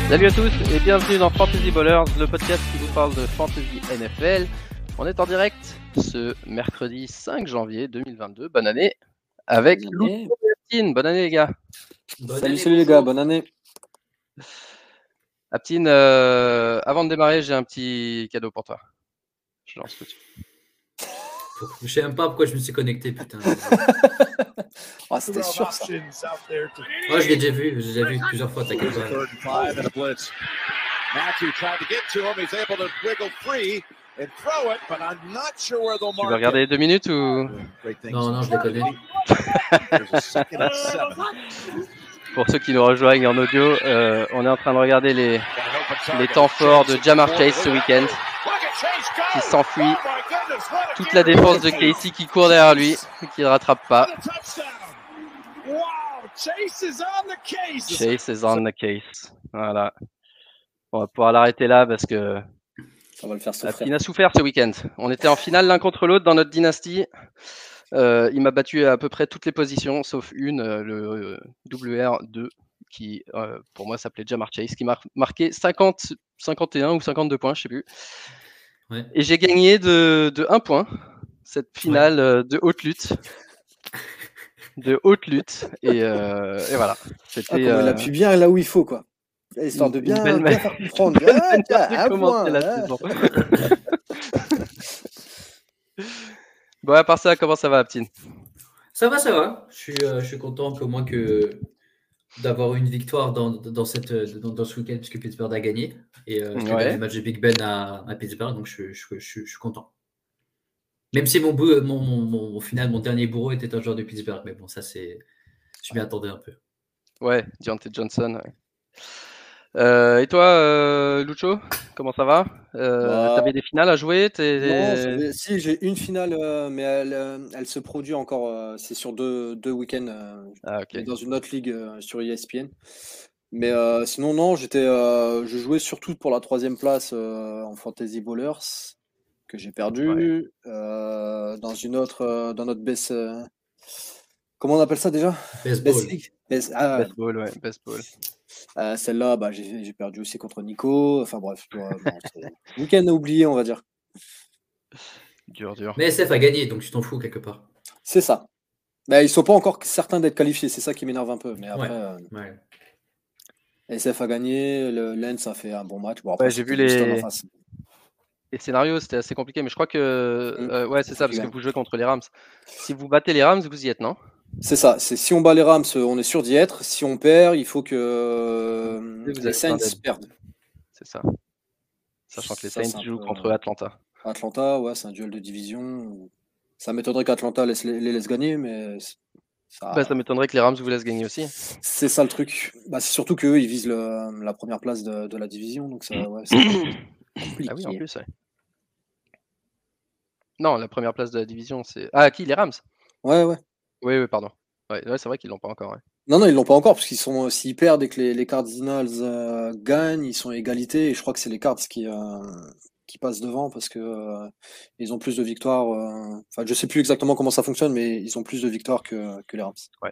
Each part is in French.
Salut à tous et bienvenue dans Fantasy Ballers, le podcast qui vous parle de Fantasy NFL. On est en direct ce mercredi 5 janvier 2022. Bonne année avec Bonne Lou année. Aptine. Bonne année les gars. Salut les gars, bonne année. Aptine, avant de démarrer, j'ai un petit cadeau pour toi. Je lance tout de suite. Je sais même pas pourquoi je me suis connecté, putain. Ah, c'était sûr ça. Oh, je l'ai déjà vu plusieurs fois, t'inquiète pas. Tu veux regarder 2 minutes ou... Non, je les connais. Pour ceux qui nous rejoignent en audio, on est en train de regarder les temps forts de Ja'Marr Chase ce week-end, qui s'enfuit. Toute la défense de Casey qui court derrière lui, qui ne rattrape pas. Chase is on the case. Voilà. On va pouvoir l'arrêter là parce que ça va le faire souffrir. Il a souffert ce week-end. On était en finale l'un contre l'autre dans notre dynastie. Il m'a battu à peu près toutes les positions, sauf une, le WR2, qui pour moi s'appelait Ja'Marr Chase, qui m'a marqué 50, 51 ou 52 points, je sais plus. Ouais. Et j'ai gagné de 1 point cette finale de haute lutte. De haute lutte. Et voilà. C'était, il appuie bien là où il faut, quoi. Histoire de bien faire comprendre. Un point, la saison. Bon, à part ça, comment ça va, Aptine? Ça va. Je suis content qu'au moins d'avoir une victoire dans ce week-end puisque Pittsburgh a gagné. Et je regarde le match de Big Ben à Pittsburgh, donc je suis content. Même si mon dernier bourreau était un joueur de Pittsburgh, mais bon, ça c'est... Je m'y attendais un peu. Ouais, Deontay Johnson. Ouais. Et toi, Lucho, comment ça va? T'avais des finales à jouer? Non, si, j'ai une finale, mais elle se produit encore. C'est sur deux week-ends. Okay. Dans une autre ligue sur ESPN. Mais sinon, non, je jouais surtout pour la 3e place en Fantasy Ballers, que j'ai perdu. Ouais. Dans notre best. Comment on appelle ça déjà? Best League. Best ball, ouais, best ball. Celle-là, j'ai perdu aussi contre Nico. Enfin bref, week-end à oublier, on va dire. Dur. Mais SF a gagné, donc tu t'en fous quelque part. C'est ça. Mais ils sont pas encore certains d'être qualifiés, c'est ça qui m'énerve un peu. Mais après, SF a gagné, le Lens a fait un bon match. Bon, après, j'ai vu les scénarios, c'était assez compliqué, mais je crois que ouais, c'est ça, parce que vous jouez contre les Rams. Si vous battez les Rams, vous y êtes, non? C'est ça. Si on bat les Rams, on est sûr d'y être. Si on perd, il faut que les Saints perdent. C'est ça. Sachant que les Saints jouent contre Atlanta. Atlanta, ouais, c'est un duel de division. Ça m'étonnerait qu'Atlanta les laisse gagner, mais ça m'étonnerait que les Rams vous laissent gagner aussi. C'est ça le truc. C'est surtout qu'eux, ils visent la première place de la division, donc ça, ouais, c'est compliqué. Ah oui, en plus, ouais. Non, la première place de la division, c'est... Ah, qui? Les Rams? Ouais. Oui, pardon. Ouais, c'est vrai qu'ils l'ont pas encore, ouais. Non, ils l'ont pas encore, parce s'ils perdent et que les Cardinals gagnent, ils sont à égalité, et je crois que c'est les Cards qui passent devant, parce que ils ont plus de victoires. Enfin, je sais plus exactement comment ça fonctionne, mais ils ont plus de victoires que les Rams. Ouais.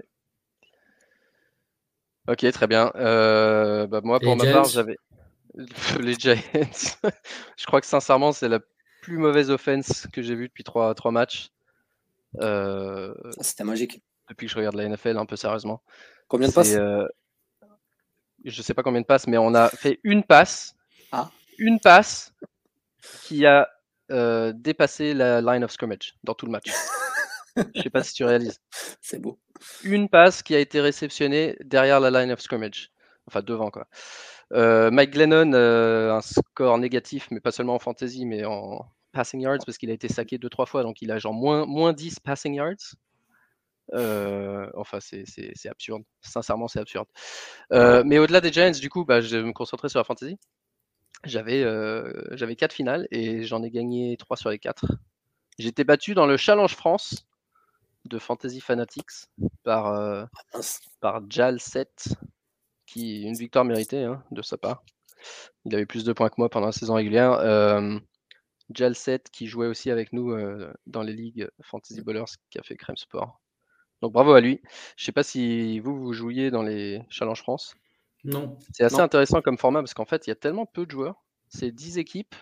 Ok, très bien. Moi, pour ma part, j'avais les Giants. Je crois que sincèrement, c'est la plus mauvaise offense que j'ai vue depuis 3 matchs. C'était magique. Depuis que je regarde la NFL, un peu sérieusement. Combien de passes? Je sais pas combien de passes, mais on a fait une passe. Ah. Une passe qui a dépassé la line of scrimmage dans tout le match. Je sais pas si tu réalises. C'est beau. Une passe qui a été réceptionnée derrière la line of scrimmage. Enfin, devant, quoi. Mike Glennon, un score négatif, mais pas seulement en fantasy, mais en passing yards, parce qu'il a été saqué 2-3 fois, donc il a genre moins 10 passing yards. Enfin, c'est absurde. Sincèrement, c'est absurde. Mais au-delà des Giants, du coup, je vais me concentrer sur la fantasy. J'avais 4 finales et j'en ai gagné 3 sur les 4. J'ai été battu dans le Challenge France de Fantasy Fanatics par Jal7, qui une victoire méritée de sa part. Il avait plus de points que moi pendant la saison régulière. Jal7 qui jouait aussi avec nous dans les ligues Fantasy Ballers, qui a fait Crème Sport. Donc bravo à lui. Je sais pas si vous jouiez dans les Challenge France. Non. C'est assez intéressant comme format parce qu'en fait, il y a tellement peu de joueurs. C'est 10 équipes.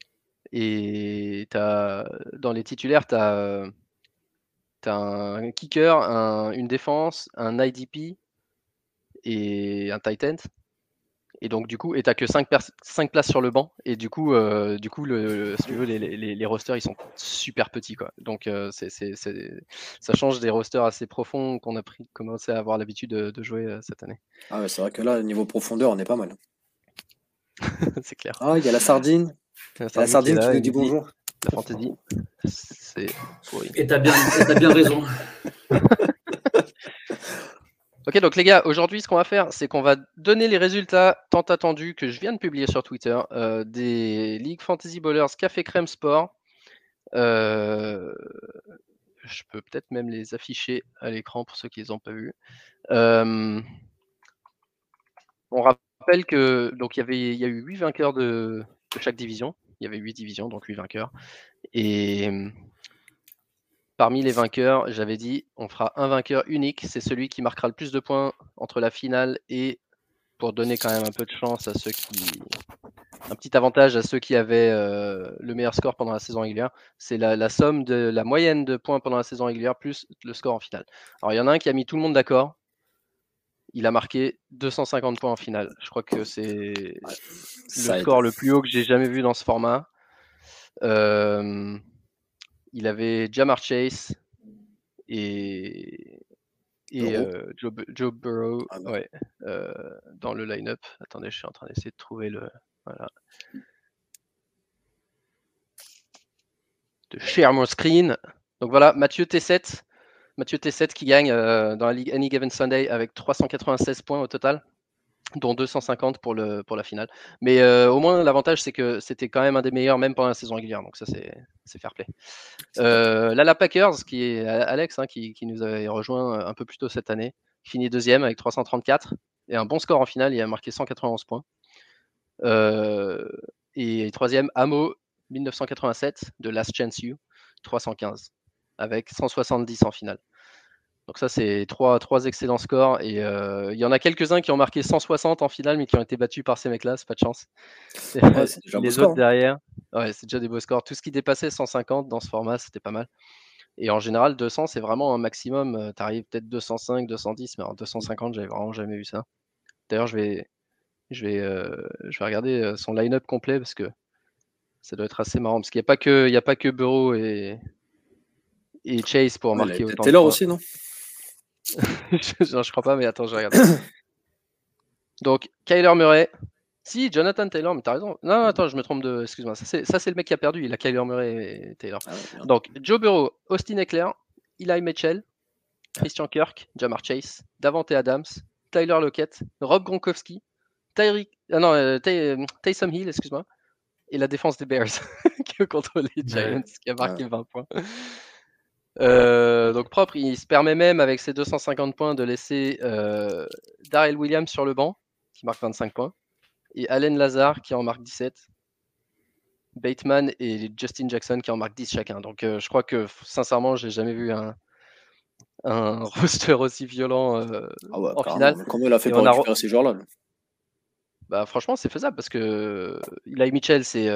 Et dans les titulaires, tu as un kicker, une défense, un IDP et un tight end. Et donc du coup, tu n'as que 5 places sur le banc. Et du coup, si tu veux, les rosters, ils sont super petits, quoi. Donc ça change des rosters assez profonds qu'on a commencé à avoir l'habitude de jouer cette année. Ah ouais, c'est vrai que là, niveau profondeur, on est pas mal. C'est clair. Ah, il y a la sardine. La sardine qui nous dit bonjour. La fantasy, c'est pourri. Et t'as bien raison. Ok, donc les gars, aujourd'hui, ce qu'on va faire, c'est qu'on va donner les résultats tant attendus que je viens de publier sur Twitter des League Fantasy Ballers Café Crème Sport. Je peux peut-être même les afficher à l'écran pour ceux qui les ont pas vus. On rappelle que donc il y a eu 8 vainqueurs de chaque division. Il y avait 8 divisions, donc 8 vainqueurs. Et parmi les vainqueurs, j'avais dit, on fera un vainqueur unique. C'est celui qui marquera le plus de points entre la finale et pour donner quand même un peu de chance à ceux un petit avantage à ceux qui avaient le meilleur score pendant la saison régulière. C'est la somme de la moyenne de points pendant la saison régulière plus le score en finale. Alors il y en a un qui a mis tout le monde d'accord. Il a marqué 250 points en finale. Je crois que c'est le score le plus haut que j'ai jamais vu dans ce format. Il avait Ja'Marr Chase et Joe Burrow dans le line-up. Attendez, je suis en train d'essayer de trouver le... Voilà. De share mon screen. Donc voilà, Mathieu T7 qui gagne dans la Ligue Any Given Sunday avec 396 points au total, dont 250 pour la finale. Mais au moins, l'avantage, c'est que c'était quand même un des meilleurs, même pendant la saison régulière. Donc ça, c'est fair play. Lala Packers, qui est Alex, qui nous avait rejoint un peu plus tôt cette année, finit deuxième avec 334 et un bon score en finale. Il a marqué 191 points. Et troisième, Amo 1987 de Last Chance You, 315 avec 170 en finale. Donc ça, c'est trois excellents scores. Et il y en a quelques-uns qui ont marqué 160 en finale, mais qui ont été battus par ces mecs-là, c'est pas de chance. Ouais, c'est déjà les autres derrière, c'est déjà des beaux scores. Tout ce qui dépassait 150 dans ce format, c'était pas mal. Et en général, 200, c'est vraiment un maximum. Tu arrives peut-être 205, 210, mais en 250, j'avais vraiment jamais vu ça. D'ailleurs, je vais regarder son line-up complet parce que ça doit être assez marrant. Parce qu'il n'y a pas que Burrow et Chase pour marquer autant de points. Taylor aussi, non? Je crois pas, mais attends, je vais regarder. Donc, Kyler Murray. Si, Jonathan Taylor, mais t'as raison. Non, attends, je me trompe de... Excuse-moi. Ça, c'est le mec qui a perdu. Il a Kyler Murray et Taylor. Donc, Joe Burrow, Austin Eckler, Eli Mitchell, Christian Kirk, Ja'Marr Chase, Davante Adams, Tyler Lockett, Rob Gronkowski, Taysom Hill, excuse-moi, et la défense des Bears contre les Giants qui a marqué 20 points. Donc propre, il se permet même avec ses 250 points de laisser Darrell Williams sur le banc qui marque 25 points et Allen Lazare qui en marque 17, Bateman et Justin Jackson qui en marquent 10 chacun. Donc je crois que sincèrement j'ai jamais vu un roster aussi violent en finale. Comment il a fait pour récupérer ces joueurs-là? Bah franchement c'est faisable parce que Eli Mitchell c'est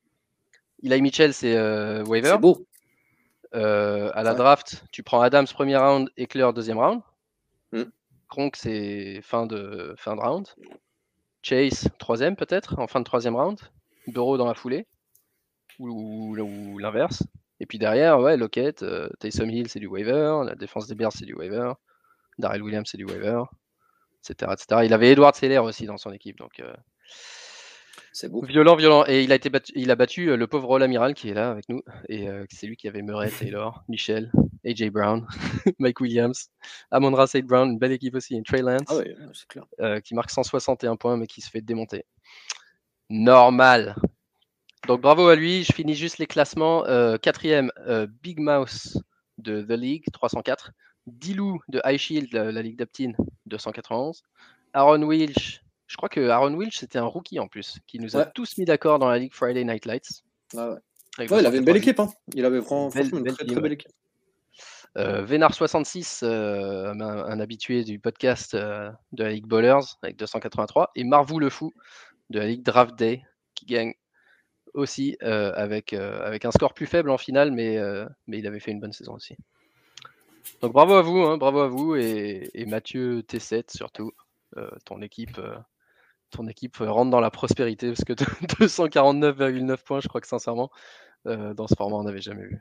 waiver. C'est beau. À la draft, tu prends Adams premier round, Eckler deuxième round. Gronk c'est fin de round. Chase troisième peut-être en fin de troisième round. Burrow dans la foulée ou l'inverse. Et puis derrière, Lockett, Taysom Hill c'est du waiver, la défense des Bears c'est du waiver, Darrell Williams c'est du waiver, etc., etc. Il avait Edward Seller aussi dans son équipe, donc c'est beau. Violent. Et il a battu le pauvre Roll Amiral qui est là avec nous. Et c'est lui qui avait Murray, Taylor, Michel, AJ Brown, Mike Williams, Amon-Ra St. Brown, une belle équipe aussi, et Trey Lance, c'est clair. qui marque 161 points mais qui se fait démonter. Normal. Donc bravo à lui. Je finis juste les classements. Quatrième, Big Mouse de The League, 304. Dilou de High Shield, la Ligue d'Aptin, 291. Aaron Wilsh. Je crois que Aaron Wilsh, c'était un rookie en plus, qui nous a tous mis d'accord dans la Ligue Friday Night Lights. Il avait une belle équipe. Il avait franchement une très belle équipe. Vénard66, un habitué du podcast de la Ligue Ballers avec 283, et Marvou le Fou de la Ligue Draft Day qui gagne aussi avec un score plus faible en finale, mais il avait fait une bonne saison aussi. Donc bravo à vous et Mathieu T7 surtout. Ton équipe rentre dans la prospérité parce que 249,9 points, je crois que sincèrement, dans ce format, on n'avait jamais vu.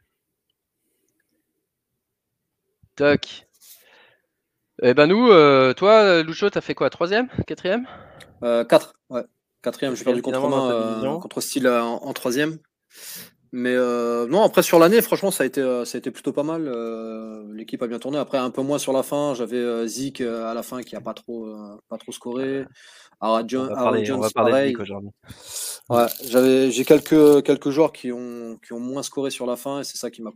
Toc. Eh ben nous, toi, Lucho, t'as fait quoi? 3e? 4e? 4, ouais. 4e, j'ai perdu contre Steel en 3e. Mais non, après sur l'année, franchement, ça a été plutôt pas mal. L'équipe a bien tourné. Après, un peu moins sur la fin. J'avais Zik à la fin qui a pas trop scoré. Aaron Jones, pareil. Aujourd'hui. Ouais, j'ai quelques joueurs qui ont moins scoré sur la fin et c'est ça qui m'a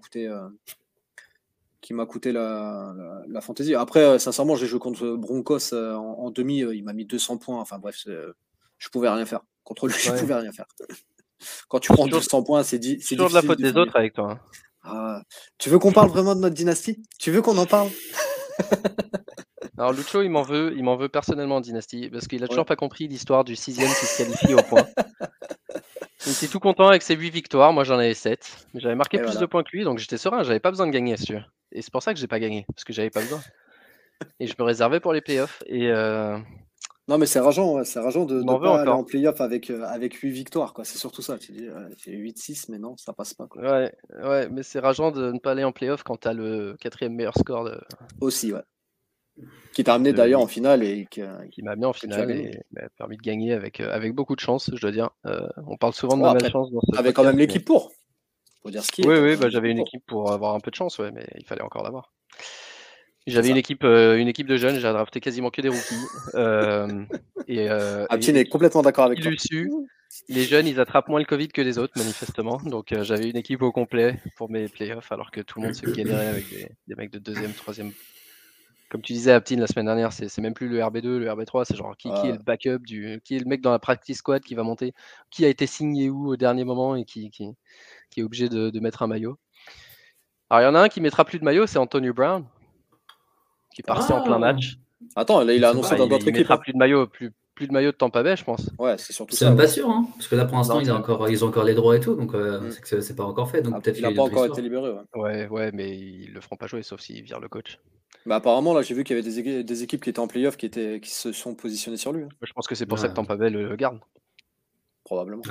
coûté la fantaisie. Après, sincèrement, j'ai joué contre Broncos en demi. Il m'a mis 200 points. Enfin bref, je pouvais rien faire contre lui. Je pouvais rien faire. Quand tu prends 200 points, c'est toujours de la faute des autres avec toi. Tu veux qu'on parle vraiment de notre dynastie? Tu veux qu'on en parle? Alors Lucho, il m'en veut personnellement en dynastie parce qu'il a toujours pas compris l'histoire du 6e qui se qualifie au point. Il était tout content avec ses 8 victoires. Moi, j'en avais 7. Mais j'avais marqué plus de points que lui, donc j'étais serein. J'avais pas besoin de gagner, sûr. Et c'est pour ça que j'ai pas gagné, parce que j'avais pas besoin. Et je me réservais pour les playoffs. Et non, mais c'est rageant de ne pas aller en playoff avec 8 victoires, quoi. C'est surtout ça. Tu dis 8-6, mais non, ça passe pas, quoi. Ouais, mais c'est rageant de ne pas aller en playoff quand tu as le 4e meilleur score. Aussi, ouais. Qui t'a amené d'ailleurs en finale et qui m'a amené en finale et m'a permis de gagner avec beaucoup de chance, je dois dire. On parle souvent de ma malchance dans ce podcast. Avec quand même l'équipe pour. Faut dire ce qui est. Oui, j'avais une équipe pour avoir un peu de chance, ouais, mais il fallait encore l'avoir. J'avais une équipe de jeunes, j'ai drafté quasiment que des rookies. Aptine est complètement d'accord avec toi. Les jeunes, ils attrapent moins le Covid que les autres, manifestement. Donc j'avais une équipe au complet pour mes playoffs, alors que tout le monde se galérait avec des mecs de 2e, 3e. Comme tu disais, Aptine, la semaine dernière, c'est même plus le RB2, le RB3, c'est genre qui est le backup, qui est le mec dans la practice squad qui va monter, qui a été signé où au dernier moment et qui est obligé de mettre un maillot. Alors il y en a un qui mettra plus de maillot, c'est Antonio Brown, qui est parti en plein match. Attends, là il a annoncé dans d'autres équipes. Il mettra plus de maillot de Tampa Bay, je pense. Ouais, c'est surtout ça. C'est même pas sûr, hein, parce que là pour l'instant ils ont encore les droits et tout, donc c'est que c'est pas encore fait. Donc peut-être il n'a pas encore été libéré. Ouais, mais ils le feront pas jouer sauf s'ils virent le coach. Bah apparemment là j'ai vu qu'il y avait des équipes qui étaient en playoff qui se sont positionnées sur lui. Je pense que c'est pour ça que Tampa Bay le garde. Probablement.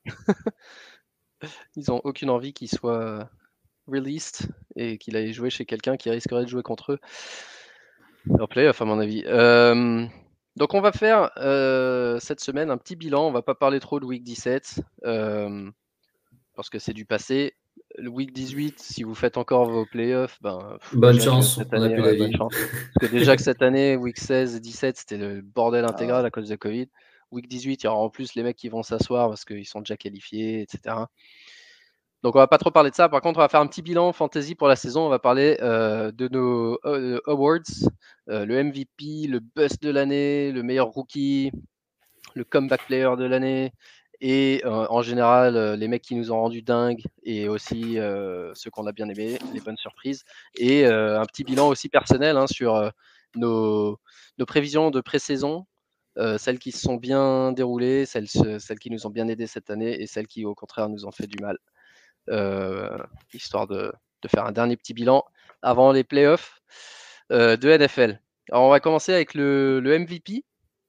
Ils ont aucune envie qu'il soit released et qu'il aille jouer chez quelqu'un qui risquerait de jouer contre eux en playoff à mon avis. Donc on va faire cette semaine un petit bilan. On va pas parler trop de week 17 parce que c'est du passé. Le week 18, si vous faites encore vos playoffs, bonne chance. Cette année, bonne chance. Parce que déjà que cette année, week 16 et 17, c'était le bordel intégral à cause de Covid. Week 18, il y aura en plus les mecs qui vont s'asseoir parce qu'ils sont déjà qualifiés, etc. Donc on va pas trop parler de ça. Par contre, on va faire un petit bilan fantasy pour la saison. On va parler de nos awards, le MVP, le bust de l'année, le meilleur rookie, le comeback player de l'année et en général les mecs qui nous ont rendu dingues et aussi ceux qu'on a bien aimés, les bonnes surprises et un petit bilan aussi personnel sur nos prévisions de pré-saison. Celles qui se sont bien déroulées, celles qui nous ont bien aidés cette année et celles qui au contraire nous ont fait du mal. Histoire de faire un dernier petit bilan avant les playoffs de NFL. Alors on va commencer avec le MVP.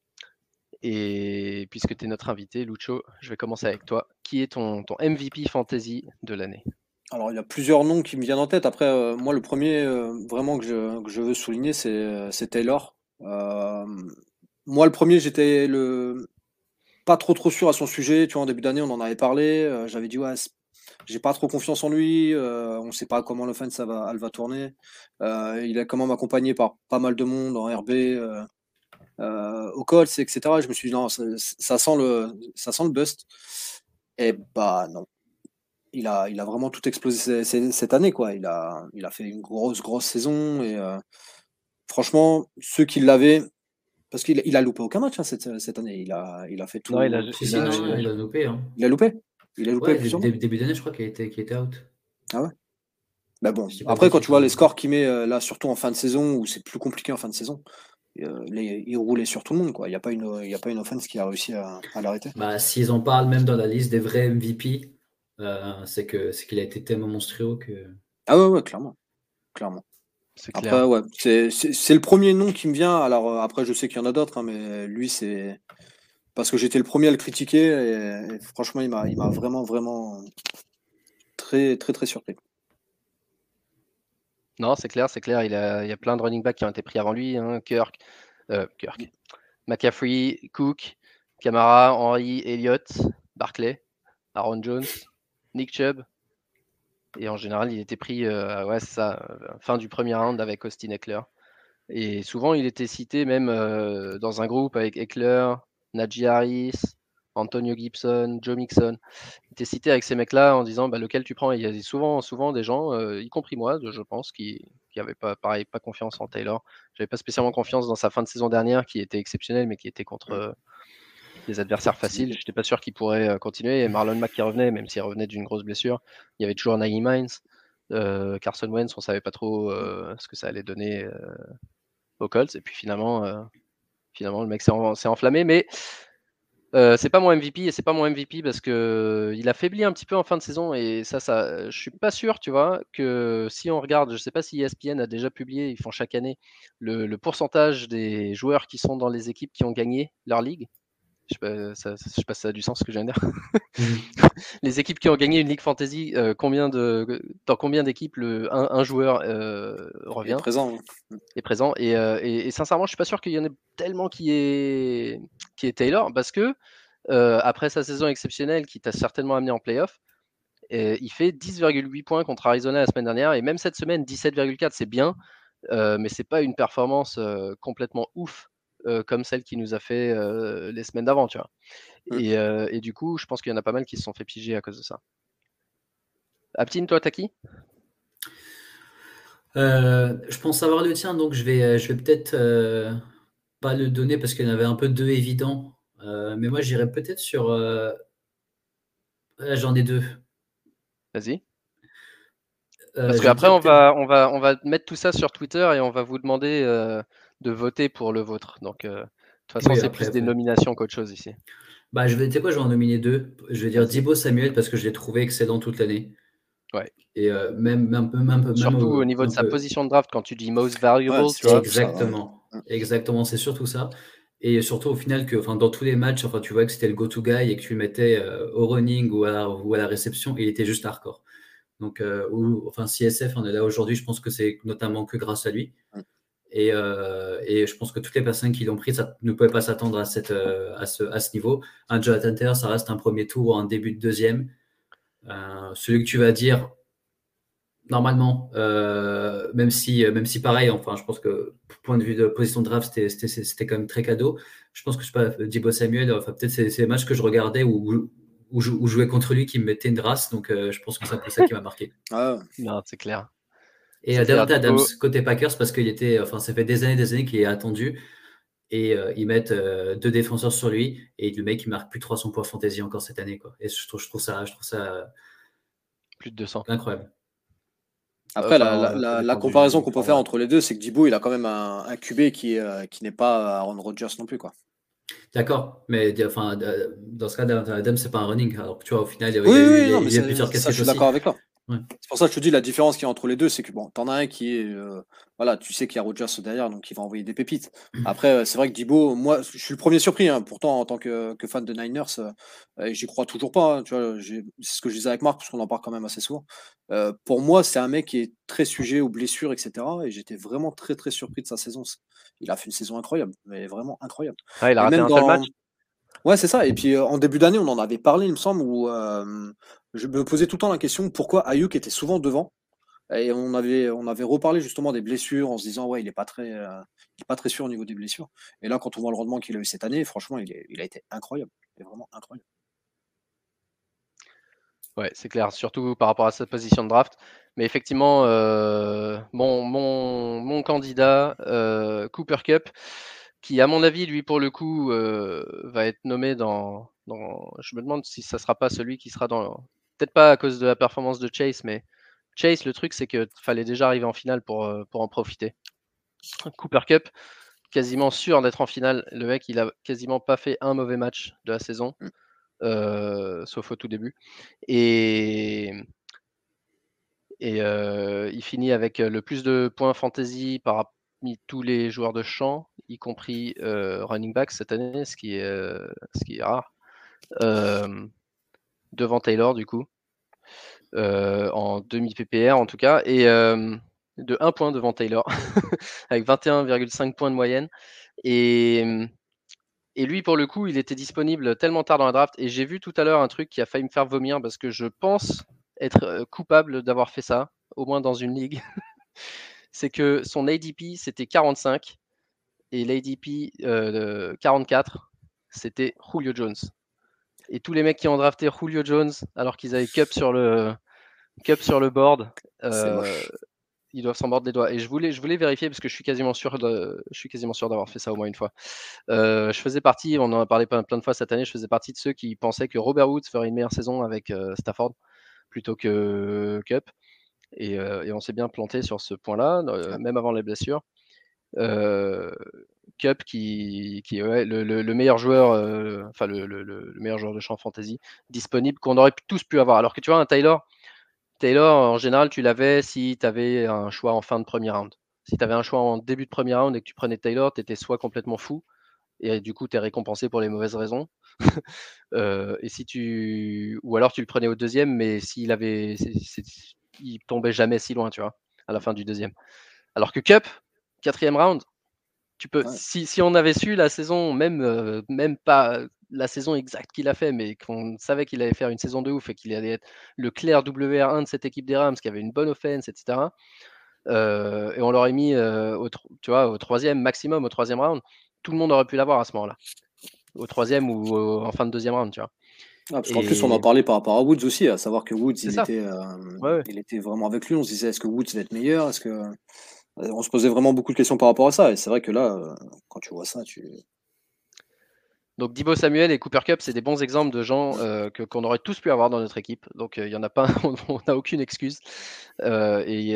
Et puisque tu es notre invité, Lucho, je vais commencer avec toi. Qui est ton MVP fantasy de l'année? Alors, il y a plusieurs noms qui me viennent en tête. Après, moi, le premier vraiment que je veux souligner, c'est Taylor. Moi, le premier, j'étais pas trop sûr à son sujet. Tu vois, en début d'année, on en avait parlé. J'avais dit, ouais, j'ai pas trop confiance en lui. On ne sait pas comment l'offense elle va tourner. Il est quand même accompagné par pas mal de monde en RB. Au Colts, etc. Je me suis dit non, ça sent le bust. Et bah non. Il a vraiment tout explosé cette année, quoi. Il a fait une grosse saison. Et franchement, ceux qui l'avaient, parce qu'il a loupé aucun match cette année. Il a fait tout. Non, il a loupé. Hein. Il a loupé. Il a loupé plusieurs. Début d'année, je crois qu'il était out. Ah ouais. Bah bon, après, quand tu vois les scores qu'il met là, surtout en fin de saison, où c'est plus compliqué en fin de saison, il roulait sur tout le monde, quoi. Il n'y a pas une offense qui a réussi à l'arrêter. Bah, s'ils en parlent même dans la liste des vrais MVP, c'est qu'il a été tellement monstrueux que. Ah ouais, clairement. C'est Après, clair. ouais, c'est le premier nom qui me vient. Alors après, je sais qu'il y en a d'autres, hein, mais lui, c'est parce que j'étais le premier à le critiquer et franchement, il m'a vraiment, vraiment très, très, très surpris. Non, c'est clair. Il y a plein de running backs qui ont été pris avant lui, hein. Kirk, McCaffrey, Cook, Kamara, Henry, Elliott, Barkley, Aaron Jones, Nick Chubb. Et en général, il était pris, c'est ça, fin du premier round avec Austin Eckler. Et souvent, il était cité même dans un groupe avec Eckler, Najee Harris, Antonio Gibson, Joe Mixon. Il était cité avec ces mecs-là en disant lequel tu prends. Et il y a souvent des gens, y compris moi, je pense, qui n'avaient pas confiance en Taylor. J'avais pas spécialement confiance dans sa fin de saison dernière, qui était exceptionnelle, mais qui était contre des adversaires faciles. J'étais pas sûr qu'il pourrait continuer. Et Marlon Mack qui revenait, même s'il revenait d'une grosse blessure. Il y avait toujours Nyheim Hines, Carson Wentz, on savait pas trop ce que ça allait donner aux Colts. Et puis finalement, le mec s'est enflammé. Mais c'est pas mon MVP et c'est pas mon MVP parce que il a faibli un petit peu en fin de saison et ça, je suis pas sûr, tu vois, que si on regarde, je sais pas si ESPN a déjà publié, ils font chaque année le pourcentage des joueurs qui sont dans les équipes qui ont gagné leur ligue. Je sais pas si ça a du sens ce que je viens de dire. Les équipes qui ont gagné une ligue fantasy, dans combien d'équipes un joueur revient est présent et sincèrement, je suis pas sûr qu'il y en ait tellement qui est Taylor parce que après sa saison exceptionnelle qui t'a certainement amené en playoff, il fait 10,8 points contre Arizona la semaine dernière et même cette semaine 17,4, c'est bien, mais c'est pas une performance complètement ouf comme celle qui nous a fait les semaines d'avant, tu vois. Et du coup, je pense qu'il y en a pas mal qui se sont fait piger à cause de ça. Aptine, toi, t'as qui? Je pense savoir le tien, donc je vais peut-être pas le donner parce qu'il y en avait un peu deux évidents. Mais moi, j'irais peut-être sur. J'en ai deux. Vas-y. Parce qu'après, on va mettre tout ça sur Twitter et on va vous demander de voter pour le vôtre. Donc, de toute façon, c'est plus des nominations qu'autre chose ici. Bah, tu sais quoi, je vais en nominer deux. Je vais dire Deebo Samuel parce que je l'ai trouvé excellent toute l'année. Ouais. Et même un peu. Surtout au niveau de sa position de draft, quand tu dis most valuable, tu vois. Exactement. Exactement, c'est surtout ça. Et surtout au final, dans tous les matchs, tu vois que c'était le go-to guy et que tu le mettais au running ou à la réception, et il était juste hardcore. Donc, CSF, on est là aujourd'hui, je pense que c'est notamment que grâce à lui. Et je pense que toutes les personnes qui l'ont pris ne pouvaient pas s'attendre à ce niveau. Un Jonathan Taylor, ça reste un premier tour ou un début de deuxième. Celui que tu vas dire, normalement, même si pareil, je pense que point de vue de position de draft, c'était quand même très cadeau. Je pense que, je sais pas, Deebo Samuel, peut-être c'est les matchs que je regardais où je jouais contre lui qui me mettait une race. Donc, je pense que c'est un peu ça qui m'a marqué. Non, c'est clair. Et Davante Adams, côté Packers, parce qu'il était, ça fait des années qu'il est attendu. Et ils mettent deux défenseurs sur lui. Et le mec, il marque plus de 300 points fantasy encore cette année, quoi. Et je trouve ça plus de 200. Incroyable. Après, la comparaison qu'on peut faire entre les deux, c'est que Deebo, il a quand même un QB qui n'est pas Aaron Rodgers non plus, quoi. D'accord, mais dans ce cas, Adam, c'est pas un running. Alors tu vois, au final, il y a plusieurs casquettes. Je suis d'accord avec toi. Ouais. C'est pour ça que je te dis la différence qu'il y a entre les deux, c'est que t'en as un qui est tu sais qu'il y a Rodgers derrière, donc il va envoyer des pépites. Après, c'est vrai que Deebo, moi, je suis le premier surpris, hein, pourtant en tant que fan de Niners, j'y crois toujours pas. Hein, tu vois, c'est ce que je disais avec Marc, parce qu'on en parle quand même assez souvent. Pour moi, c'est un mec qui est très sujet aux blessures, etc. Et j'étais vraiment très très surpris de sa saison. Il a fait une saison incroyable, mais vraiment incroyable. Il a raté un seul match. Ouais, c'est ça. Et puis en début d'année, on en avait parlé, il me semble, où je me posais tout le temps la question pourquoi Ayuk était souvent devant. Et on avait reparlé justement des blessures en se disant il est pas très sûr au niveau des blessures. Et là, quand on voit le rendement qu'il a eu cette année, franchement, il a été incroyable. Il est vraiment incroyable. Ouais, c'est clair, surtout par rapport à sa position de draft. Mais effectivement, mon candidat, Cooper Kupp, qui à mon avis, lui pour le coup, va être nommé dans. Je me demande si ça sera pas celui qui sera dans. Peut-être pas à cause de la performance de Chase, mais Chase, le truc, c'est qu'il fallait déjà arriver en finale pour en profiter. Cooper Kupp, quasiment sûr d'être en finale. Le mec, il a quasiment pas fait un mauvais match de la saison, sauf au tout début. Et il finit avec le plus de points fantasy parmi tous les joueurs de champ, y compris running back cette année, ce qui est rare. Devant Taylor, du coup, en demi-PPR en tout cas, et de 1 point devant Taylor, avec 21,5 points de moyenne. Et lui, pour le coup, il était disponible tellement tard dans la draft. Et j'ai vu tout à l'heure un truc qui a failli me faire vomir parce que je pense être coupable d'avoir fait ça, au moins dans une ligue. C'est que son ADP, c'était 45 et l'ADP 44, c'était Julio Jones. Et tous les mecs qui ont drafté Julio Jones alors qu'ils avaient Kupp sur le board, ils doivent s'en mordre les doigts. Et je voulais vérifier parce que je suis quasiment sûr d'avoir fait ça au moins une fois. Je faisais partie, on en a parlé plein de fois cette année, je faisais partie de ceux qui pensaient que Robert Woods ferait une meilleure saison avec Stafford plutôt que Kupp. Et on s'est bien planté sur ce point-là, même avant les blessures. Kupp qui est le meilleur joueur, le meilleur joueur de champ fantasy disponible qu'on aurait tous pu avoir. Alors que tu vois, un Taylor, en général, tu l'avais si tu avais un choix en fin de premier round. Si tu avais un choix en début de premier round et que tu prenais Taylor, tu étais soit complètement fou, et du coup, tu es récompensé pour les mauvaises raisons. Ou alors tu le prenais au deuxième, mais il tombait jamais si loin, tu vois, à la fin du deuxième. Alors que Kupp, 4e round, tu peux, si on avait su la saison, même pas la saison exacte qu'il a fait, mais qu'on savait qu'il allait faire une saison de ouf et qu'il allait être le clair WR1 de cette équipe des Rams, qui avait une bonne offense, etc. Et on l'aurait mis au 3e maximum, au 3e round, tout le monde aurait pu l'avoir à ce moment-là, au 3e ou en fin de 2e round, tu vois. Parce qu'en plus, on en parlait par rapport à Woods aussi, à savoir que Woods, il était vraiment avec lui. On se disait, est-ce que Woods va être meilleur? On se posait vraiment beaucoup de questions par rapport à ça. Et c'est vrai que là, quand tu vois ça, Donc Deebo Samuel et Cooper Kupp, c'est des bons exemples de gens qu'on aurait tous pu avoir dans notre équipe. Donc il y en a pas, on n'a aucune excuse. Et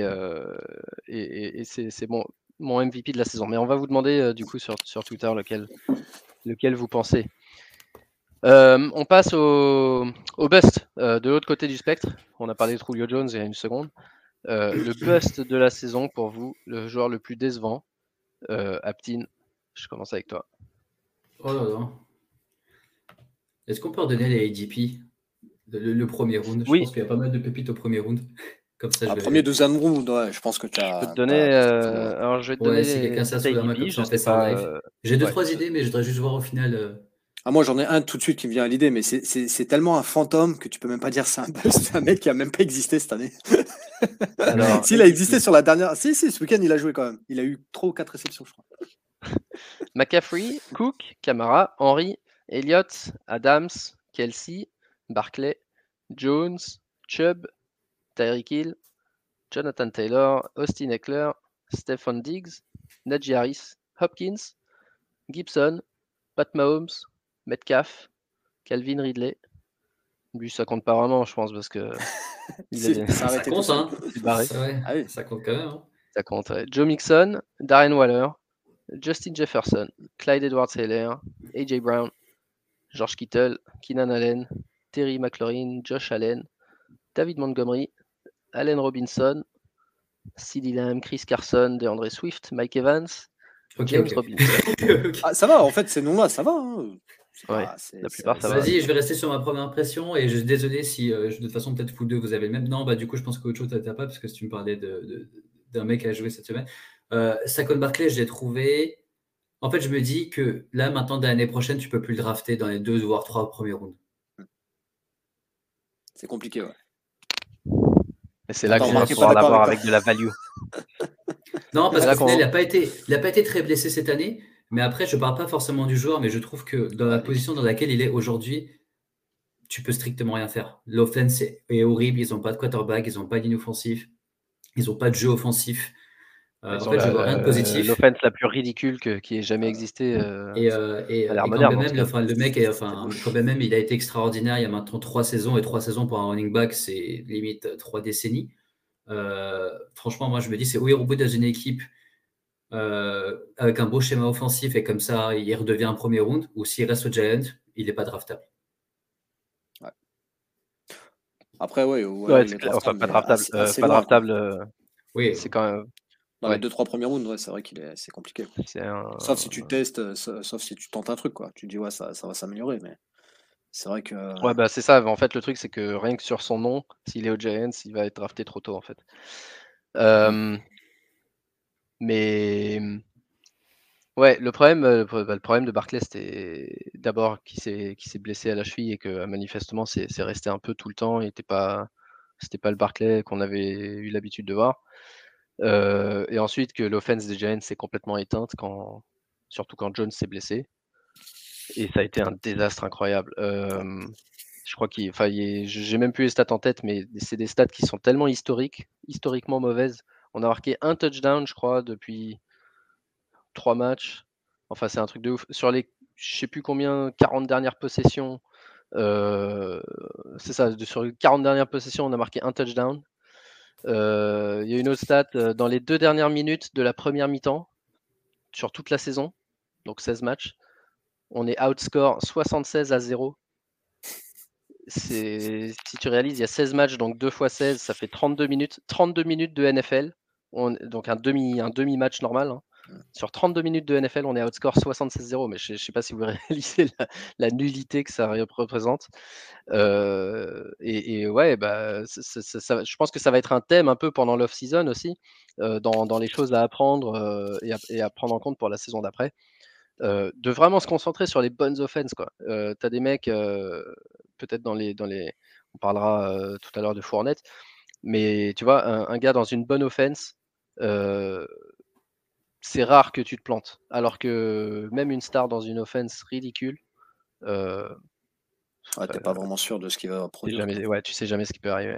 c'est mon MVP de la saison. Mais on va vous demander du coup sur Twitter lequel vous pensez. On passe au bust de l'autre côté du spectre. On a parlé de Julio Jones il y a une seconde. Le bust de la saison pour vous, le joueur le plus décevant. Aptine, je commence avec toi. Oh là là. Est-ce qu'on peut redonner les ADP le premier round? Je pense qu'il y a pas mal de pépites au premier round. Comme ça, premier, deuxième round, ouais, je pense que tu as. Je peux te donner. Alors, je vais te donner. Si quelqu'un s'est sous la main comme ça, on fait ça en live. J'ai 2-3 idées, mais je voudrais juste voir au final. Moi, j'en ai un tout de suite qui me vient à l'idée, mais c'est tellement un fantôme que tu peux même pas dire c'est un bust. C'est un mec qui a même pas existé cette année. S'il a existé sur la dernière. Si, ce week-end, il a joué quand même. Il a eu 3 ou 4 réceptions, je crois. McCaffrey, Cook, Kamara, Henry, Elliott, Adams, Kelsey, Barkley, Jones, Chubb, Tyreek Hill, Jonathan Taylor, Austin Eckler, Stephon Diggs, Najee Harris, Hopkins, Gibson, Pat Mahomes, Metcalf, Calvin Ridley. Lui, ça compte pas vraiment, je pense, parce que. Ça compte, hein. Ouais. Ça compte quand même. Hein. Ça compte. Ouais. Joe Mixon, Darren Waller, Justin Jefferson, Clyde Edwards-Helaire, AJ Brown, George Kittle, Keenan Allen, Terry McLaurin, Josh Allen, David Montgomery, Allen Robinson, CeeDee Lamb, Chris Carson, DeAndre Swift, Mike Evans, James Robinson. Ça va, en fait, ces noms-là, ça va. Hein. La plupart, ça va. Vas-y, je vais rester sur ma première impression et je suis désolé si de toute façon, peut-être vous deux, vous avez le même. Non, du coup, je pense qu'autre chose, t'as pas parce que si tu me parlais d'un mec qui a joué cette semaine. Saquon Barkley, je l'ai trouvé. En fait, je me dis que là, maintenant, de l'année prochaine, tu peux plus le drafter dans les 2 voire 3 premiers rounds. C'est compliqué, ouais. Et c'est là qu'on va pouvoir l'avoir avec de la value. Non, parce qu'au final, il n'a pas été très blessé cette année. Mais après, je ne parle pas forcément du joueur, mais je trouve que dans la position dans laquelle il est aujourd'hui, tu peux strictement rien faire. L'offense est horrible. Ils n'ont pas de quarterback, ils n'ont pas de ligne offensive, ils n'ont pas de jeu offensif. En fait, je vois rien de positif. L'offense la plus ridicule qui ait jamais existé. Et quand même, le mec, quand même, il a été extraordinaire. Il y a maintenant 3 saisons, et 3 saisons pour un running back, c'est limite 3 décennies. Franchement, moi, je me dis, c'est où il reboot dans une équipe avec un beau schéma offensif et comme ça, il redevient un premier round, ou s'il reste au Giants, il n'est pas draftable. Ouais. Après, ou Ouais, alors il c'est est clair. Enfin, draftable, pas mais draftable. assez Pas loin, quoi. draftable, Oui, c'est quand même. Dans Ouais. les 2-3 premiers rounds, ouais, c'est vrai c'est compliqué. C'est un... Sauf si tu testes, sauf si tu tentes un truc, quoi. Tu dis, ouais, ça va s'améliorer, mais c'est vrai que. Ouais, bah c'est ça. En fait, le truc, c'est que rien que sur son nom, s'il est au Giants, il va être drafté trop tôt, en fait. Mais ouais, le problème de Barkley, c'était d'abord qu'il s'est blessé à la cheville et que manifestement, c'est resté un peu tout le temps. C'était pas le Barkley qu'on avait eu l'habitude de voir. Et ensuite que l'offense des Giants s'est complètement éteinte surtout quand Jones s'est blessé. Et ça a été un désastre incroyable. Je crois j'ai même plus les stats en tête, mais c'est des stats qui sont tellement historiquement mauvaises. On a marqué un touchdown, je crois, depuis 3 matchs. Enfin, c'est un truc de ouf. Sur les, je sais plus combien, 40 dernières possessions, c'est ça, sur les 40 dernières possessions, on a marqué un touchdown. Il y a une autre stat, dans les 2 dernières minutes de la première mi-temps, sur toute la saison, donc 16 matchs, on est outscore 76-0. Si tu réalises, il y a 16 matchs, donc 2 fois 16, ça fait 32 minutes. 32 minutes de NFL, donc un demi-match normal. Hein. Sur 32 minutes de NFL, on est outscore 76-0, mais je ne sais pas si vous réalisez la nullité que ça représente. Et ouais, bah, je pense que ça va être un thème un peu pendant l'off-season aussi, dans les choses à apprendre et à prendre en compte pour la saison d'après. De vraiment se concentrer sur les bonnes offenses, quoi. Tu as des mecs, peut-être on parlera tout à l'heure de Fournette, mais tu vois, un gars dans une bonne offense, c'est rare que tu te plantes. Alors que même une star dans une offense ridicule, T'es pas vraiment sûr de ce qu'il va produire. tu sais jamais ce qui peut arriver.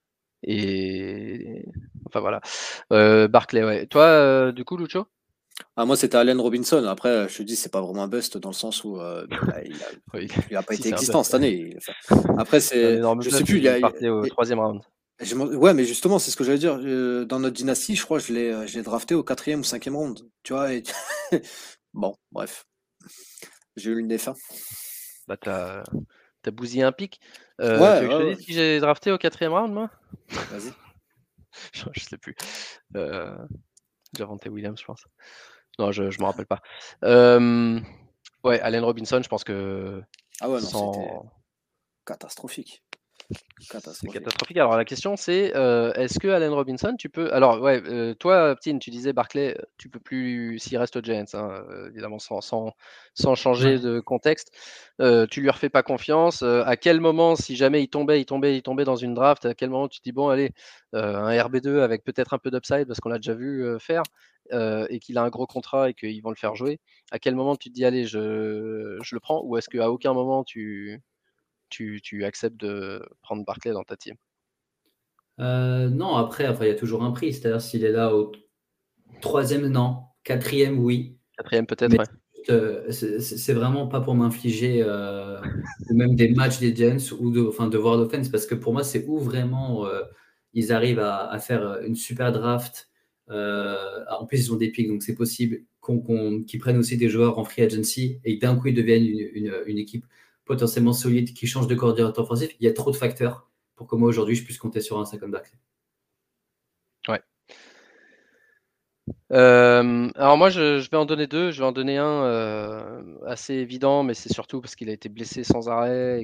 Et enfin voilà. Barclay, ouais. Toi, du coup, Lucho? Moi, c'était Allen Robinson. Après, je te dis, c'est pas vraiment un bust dans le sens où Oui. il a pas Si, été c'est un existant bust. cette année. Après, C'est un énorme je sais bust. plus. Il partait au 3e round. Ouais, mais justement, c'est ce que j'allais dire. Dans notre dynastie, je crois, je l'ai drafté au 4e ou 5e round. Tu vois. Bon, bref, j'ai eu le nez fin. Bah, t'as bousillé un pic. Tu Ouais, veux que je te dise qui j'ai drafté au 4e round, moi? Vas-y. Je sais plus. Javonte Williams, je pense. Non, je me rappelle pas. Ouais, Allen Robinson, je pense que Ah ouais, non, c'était sans... catastrophique. C'est catastrophique. Alors la question c'est, est-ce que Allen Robinson, tu peux... Alors ouais, toi, Ptine, tu disais Barclay, tu peux plus, s'il reste aux Giants, hein, évidemment sans changer Ouais. de contexte, tu lui refais pas confiance. À quel moment, si jamais il tombait dans une draft, à quel moment tu te dis, bon allez, un RB2 avec peut-être un peu d'upside, parce qu'on l'a déjà vu faire, et qu'il a un gros contrat et qu'ils vont le faire jouer, à quel moment tu te dis, allez, je le prends, ou est-ce qu'à aucun moment tu acceptes de prendre Barclay dans ta team? Non, après, il y a toujours un prix. C'est-à-dire, s'il est là au 3e, non. 4e, oui. 4e peut-être, Mais ouais. c'est vraiment pas pour m'infliger ou même des matchs des Giants ou de voir l'offense, parce que pour moi, c'est où vraiment ils arrivent à faire une super draft. En plus, ils ont des picks, donc c'est possible qu'ils prennent aussi des joueurs en free agency et d'un coup, ils deviennent une équipe potentiellement solide qui change de coordinateur offensif. Il y a trop de facteurs pour que moi, aujourd'hui, je puisse compter sur un sac comme Barkley. Ouais. Alors moi, je vais en donner 2. Je vais en donner un assez évident, mais c'est surtout parce qu'il a été blessé sans arrêt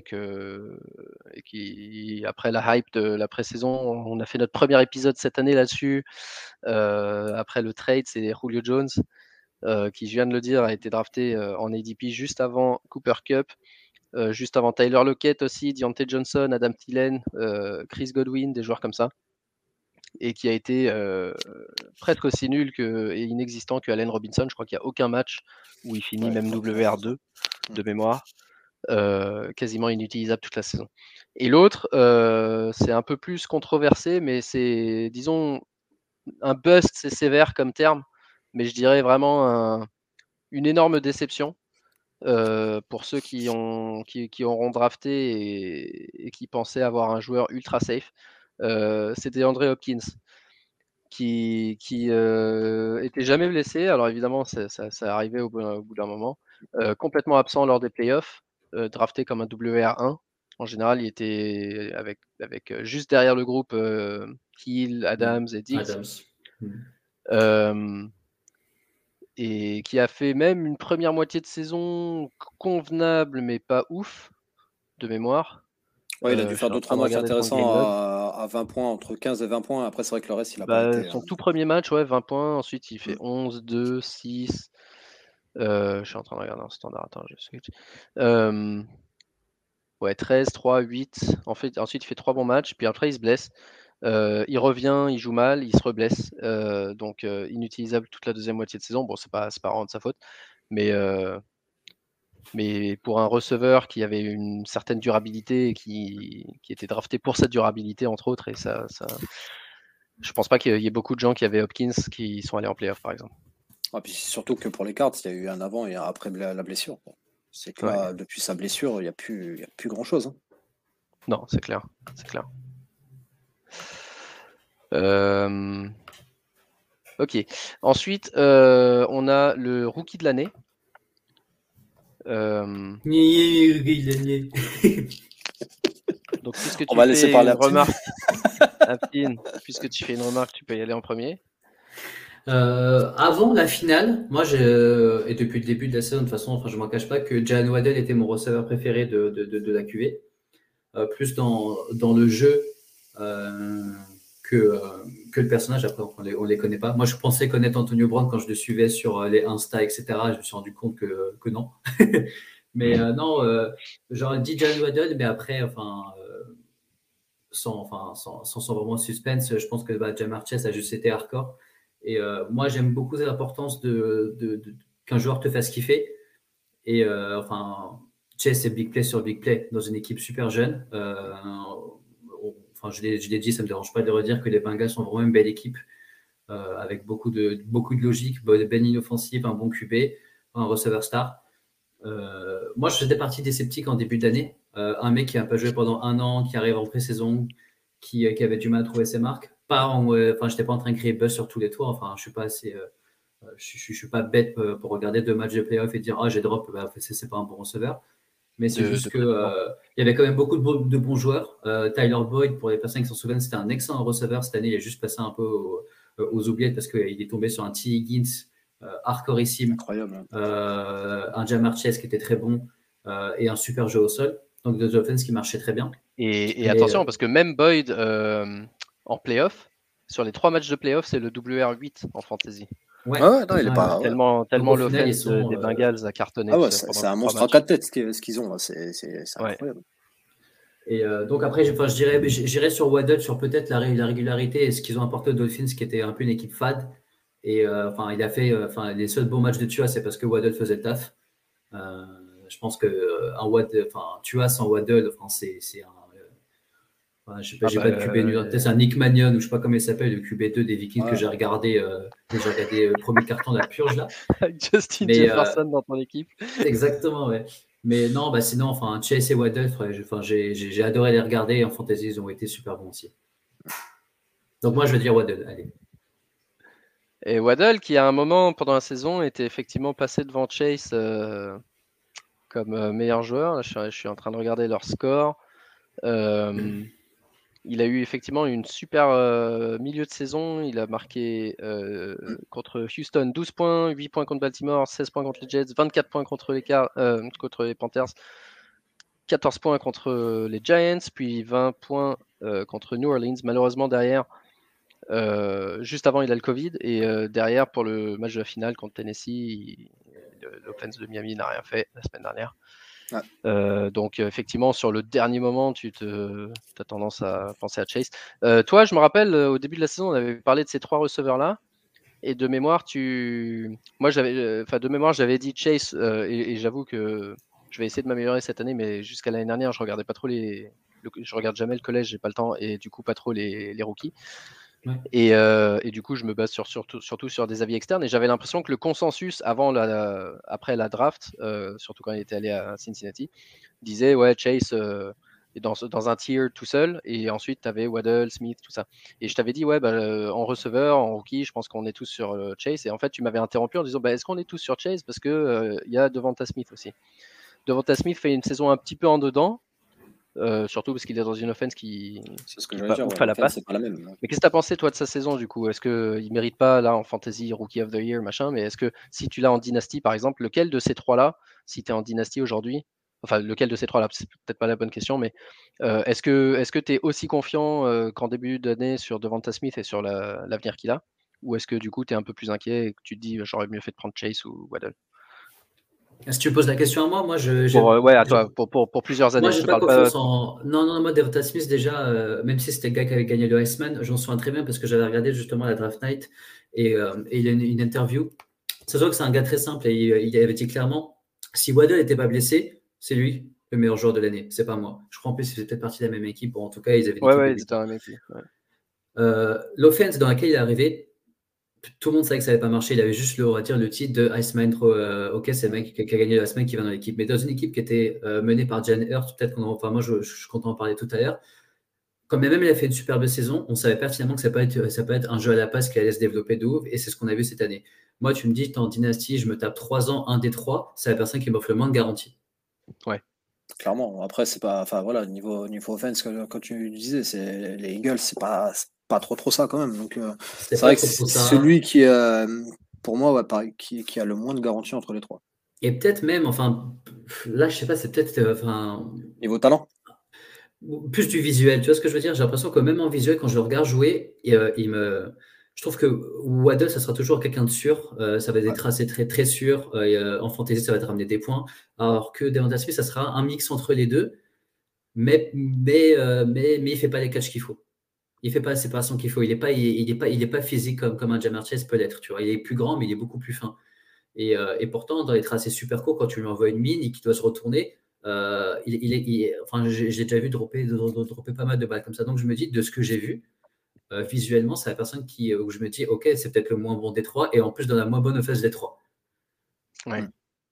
et après la hype de la pré-saison, on a fait notre premier épisode cette année là-dessus. Après le trade, c'est Julio Jones, qui, je viens de le dire, a été drafté en ADP juste avant Cooper Kupp, juste avant Tyler Lockett aussi, Deontay Johnson, Adam Thielen, Chris Godwin, des joueurs comme ça, et qui a été presque aussi nul et inexistant que Allen Robinson. Je crois qu'il n'y a aucun match où il finit même WR2 de mémoire. Quasiment inutilisable toute la saison. Et l'autre, c'est un peu plus controversé, mais c'est, disons, un bust, c'est sévère comme terme, mais je dirais vraiment une énorme déception pour ceux qui auront drafté et qui pensaient avoir un joueur ultra safe. C'était André Hopkins. qui était jamais blessé. Alors évidemment, ça arrivait au bout d'un moment. Complètement absent lors des playoffs, drafté comme un WR1. En général, il était avec juste derrière le groupe Hill, Adams et Diggs. Et qui a fait même une première moitié de saison convenable, mais pas ouf, de mémoire. Ouais, il a dû faire 2-3 matchs intéressants à 20 points, entre 15 et 20 points. Après, c'est vrai que le reste, il a pas été. Son tout premier match, 20 points. Ensuite, il fait 11, 2, 6. Je suis en train de regarder en standard. Attends, je switch. 13, 3, 8. Ensuite, il fait 3 bons matchs. Puis après, il se blesse. Il revient, il joue mal, il se reblesse. Donc, inutilisable toute la deuxième moitié de saison. Bon, c'est pas vraiment de sa faute. Mais pour un receveur qui avait une certaine durabilité et qui était drafté pour cette durabilité, entre autres, et ça je pense pas qu'il y ait beaucoup de gens qui avaient Hopkins qui sont allés en playoff, par exemple. Puis surtout que pour les Cards, il y a eu un avant et un après la blessure. C'est que là, depuis sa blessure, il n'y a plus grand-chose. Hein. Non, c'est clair. Ok. Ensuite, on a le rookie de l'année. Donc, puisque tu fais une remarque, puisque tu fais une remarque, tu peux y aller en premier. Avant la finale, moi, et depuis le début de la saison, de toute façon, je m'en cache pas que Jalen Waddell était mon receveur préféré de la QV. Plus dans le jeu que le personnage. Après, on les connaît pas. Moi, je pensais connaître Antonio Brown quand je le suivais sur les Insta, etc. Je me suis rendu compte que non. Mais non, j'aurais dit Jalen Waddell, mais après, sans vraiment suspense, je pense que Ja'Marr Chase a juste été hardcore. Et moi, j'aime beaucoup l'importance qu'un joueur te fasse kiffer. Et Chase, c'est big play sur big play dans une équipe super jeune. Je l'ai dit, ça ne me dérange pas de redire que les Bengals sont vraiment une belle équipe avec beaucoup de logique, belle ligne offensive, un bon QB, un receveur star. Moi, je faisais partie des sceptiques en début d'année. Un mec qui n'a pas joué pendant 1 an, qui arrive en pré-saison, qui avait du mal à trouver ses marques. Je n'étais pas en train de créer buzz sur tous les tours. Je suis pas assez. Je suis pas bête pour regarder 2 matchs de playoff et dire j'ai drop, c'est pas un bon receveur. Mais c'est juste que il y avait quand même beaucoup de bons joueurs. Tyler Boyd, pour les personnes qui s'en souviennent, c'était un excellent receveur cette année. Il est juste passé un peu aux oubliettes parce qu'il est tombé sur un T. Higgins hardcoreissime, incroyable. Un Ja'Marr Chase qui était très bon et un super jeu au sol. Donc deux offenses qui marchaient très bien. Et attention, parce que même Boyd en playoff, sur les 3 matchs de playoff, c'est le WR8 en fantasy. Ouais. Non, il est pas. Tellement l'offense des Bengals a cartonné. C'est un monstre à 4 têtes ce qu'ils ont. C'est incroyable. Et donc après, j'irais sur Waddle sur peut-être la régularité et ce qu'ils ont apporté aux Dolphins, qui était un peu une équipe fade. Et il a fait les seuls bons matchs de Tua, c'est parce que Waddle faisait le taf. Je pense que Tua sans Waddle, c'est un. J'ai pas de QB nul. C'est un Nick Mannion ou je sais pas comment il s'appelle, le QB2 des Vikings que j'ai regardé. J'ai regardé le premier carton de la purge là. Avec Justin Jefferson dans ton équipe. Exactement, ouais. Mais non, sinon, Chase et Waddle, j'ai adoré les regarder. En fantasy, ils ont été super bons aussi. Donc moi, je vais dire Waddle. Allez. Et Waddle, qui à un moment pendant la saison était effectivement passé devant Chase comme meilleur joueur. Là, je suis en train de regarder leur score. Il a eu effectivement une super milieu de saison. Il a marqué contre Houston 12 points, 8 points contre Baltimore, 16 points contre les Jets, 24 points contre les Panthers, 14 points contre les Giants, puis 20 points contre New Orleans. Malheureusement, derrière, juste avant, il a le Covid. Et derrière, pour le match de la finale contre Tennessee, l'offense de Miami n'a rien fait la semaine dernière. Donc effectivement sur le dernier moment tu as tendance à penser à Chase. Toi je me rappelle au début de la saison on avait parlé de ces 3 receveurs là et de mémoire j'avais dit Chase et j'avoue que je vais essayer de m'améliorer cette année mais jusqu'à l'année dernière je regardais pas trop je regarde jamais le collège, j'ai pas le temps et du coup pas trop les rookies. Ouais. Et du coup, je me base surtout sur des avis externes. Et j'avais l'impression que le consensus après la draft, surtout quand il était allé à Cincinnati, disait ouais Chase et dans un tier tout seul, et ensuite tu avais Waddle, Smith, tout ça. Et je t'avais dit, ouais, en receveur, en rookie, je pense qu'on est tous sur Chase. Et en fait, tu m'avais interrompu en disant, est-ce qu'on est tous sur Chase? Parce que y a Devonta Smith aussi. Devonta Smith fait une saison un petit peu en dedans, surtout parce qu'il est dans une offense qui ouf à la passe. C'est pas la même. Mais qu'est-ce que tu as pensé, toi, de sa saison, du coup? Est-ce qu'il ne mérite pas, là, en Fantasy Rookie of the Year, machin, mais est-ce que si tu l'as en Dynasty, par exemple, lequel de ces trois-là, si tu es en Dynasty aujourd'hui, enfin, lequel de ces trois-là, c'est peut-être pas la bonne question, mais est-ce que tu es aussi confiant qu'en début d'année sur Devonta Smith et sur l'avenir qu'il a? Ou est-ce que, du coup, tu es un peu plus inquiet et que tu te dis, j'aurais mieux fait de prendre Chase ou Waddle? Si tu poses la question à moi, à toi, pour plusieurs années. Moi, j'ai pas confiance en. Non, moi, Devonta Smith, déjà, même si c'était le gars qui avait gagné le Iceman, j'en souviens très bien parce que j'avais regardé justement la draft night et il a une interview. Ça se voit que c'est un gars très simple et il avait dit clairement si Waddle n'était pas blessé, c'est lui le meilleur joueur de l'année, c'est pas moi. Je crois en plus qu'ils faisaient peut-être partie de la même équipe. Bon, en tout cas, ils avaient ils étaient dans la même équipe. L'offense dans laquelle il est arrivé, tout le monde savait que ça n'allait pas marcher. Il avait juste le titre de Iceman. Ok, c'est le mec qui a gagné le Iceman qui va dans l'équipe. Mais dans une équipe qui était menée par Jalen Hurts, peut-être moi, je suis content d'en parler tout à l'heure. Quand même, il a fait une superbe saison, on savait pertinemment que ça peut être un jeu à la passe qui allait se développer de ouf. Et c'est ce qu'on a vu cette année. Moi, tu me dis, t'es en dynastie, je me tape 3 ans, un des 3, c'est la personne qui m'offre le moins de garantie. Ouais. Clairement. Après, c'est pas. Enfin, voilà, niveau offense, quand tu disais, les Eagles, c'est pas trop ça quand même. Donc, c'est vrai que c'est celui qui, pour moi, qui a le moins de garantie entre les trois. Et peut-être même, là, je sais pas, c'est peut-être. Niveau talent? Plus du visuel, tu vois ce que je veux dire? J'ai l'impression que même en visuel, quand je le regarde jouer, je trouve que Waddle, ça sera toujours quelqu'un de sûr. Ça va être des tracés très, très sûrs. En fantasy, ça va te ramener des points. Alors que Devonta Smith, ça sera un mix entre les deux. Mais il fait pas les catchs qu'il faut. Il fait pas la séparation qu'il faut. Il est pas physique comme un Ja'Marr Chase peut l'être. Tu vois, il est plus grand, mais il est beaucoup plus fin. Et pourtant, dans les tracés super courts, quand tu lui envoies une mine et qu'il doit se retourner, j'ai déjà vu dropper pas mal de balles comme ça. Donc je me dis, de ce que j'ai vu, visuellement, c'est la personne où je me dis, ok, c'est peut-être le moins bon des trois, et en plus dans la moins bonne offense des trois. Ouais.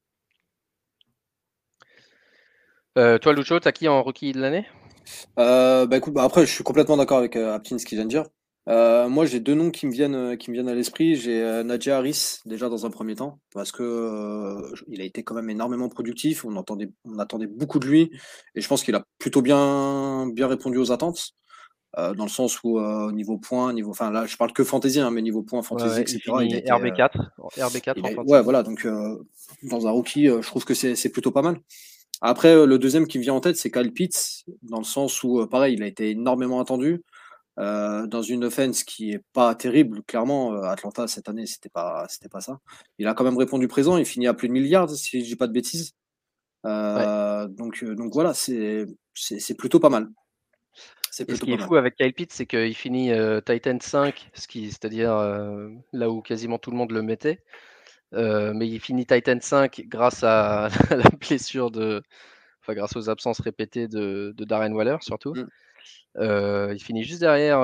Toi, Lucho, t'as qui en rookie de l'année? Écoute, après, je suis complètement d'accord avec Aptin, ce qu'il vient de dire. Moi, j'ai deux noms qui me viennent à l'esprit. J'ai Najee Harris, déjà dans un premier temps, parce que il a été quand même énormément productif. On attendait beaucoup de lui, et je pense qu'il a plutôt bien répondu aux attentes. Dans le sens où au niveau points, enfin là je parle que fantasy, hein, mais niveau points fantasy, etc. Il a été RB4 en fantasy. Ouais, voilà, donc dans un rookie, je trouve que c'est plutôt pas mal. Après, le deuxième qui me vient en tête, c'est Kyle Pitts, dans le sens où, pareil, il a été énormément attendu. Dans une offense qui est pas terrible, clairement, Atlanta cette année, c'était pas ça. Il a quand même répondu présent, il finit à plus de milliards, si je dis pas de bêtises. Donc voilà, c'est plutôt pas mal. Et ce qui est fou avec Kyle Pitts, c'est qu'il finit Titan 5, c'est-à-dire là où quasiment tout le monde le mettait. Mais il finit Titan 5 grâce à la blessure grâce aux absences répétées de Darren Waller surtout. Il finit juste derrière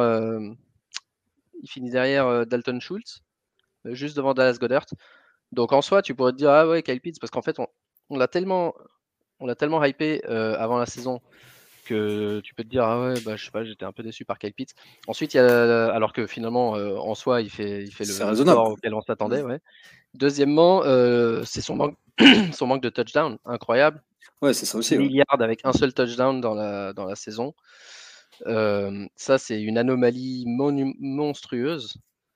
Dalton Schultz, juste devant Dallas Goedert. Donc en soi, tu pourrais te dire ah ouais, Kyle Pitts, parce qu'en fait on l'a tellement hypé avant la saison que tu peux te dire ah ouais, je sais pas, j'étais un peu déçu par Kyle Pitts. Ensuite, alors que finalement en soi il fait le score auquel on s'attendait. Ouais. Deuxièmement, c'est son manque de touchdown incroyable. Ouais, c'est ça aussi. Milliard avec un seul touchdown dans la saison. Ça, c'est une anomalie monstrueuse.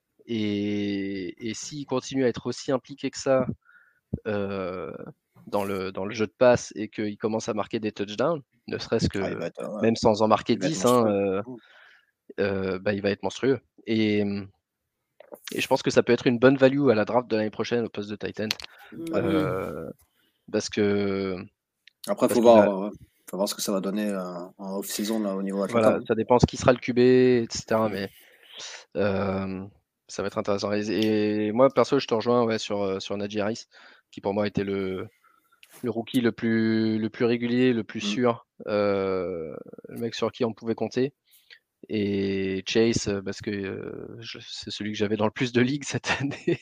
Et s'il continue à être aussi impliqué que ça dans le jeu de passe et qu'il commence à marquer des touchdowns, ne serait-ce que même sans en marquer 10, il va être monstrueux. Et je pense que ça peut être une bonne value à la draft de l'année prochaine au poste de Titan. Parce que. Après, il faut voir ce que ça va donner en off-season là, au niveau Atlanta. Voilà, ça dépend ce qui sera le QB, etc. Mais ça va être intéressant. Et moi, perso, je te rejoins sur Najee Harris, qui pour moi était le rookie le plus régulier, le plus sûr, le mec sur qui on pouvait compter. Et Chase, parce que c'est celui que j'avais dans le plus de ligues cette année.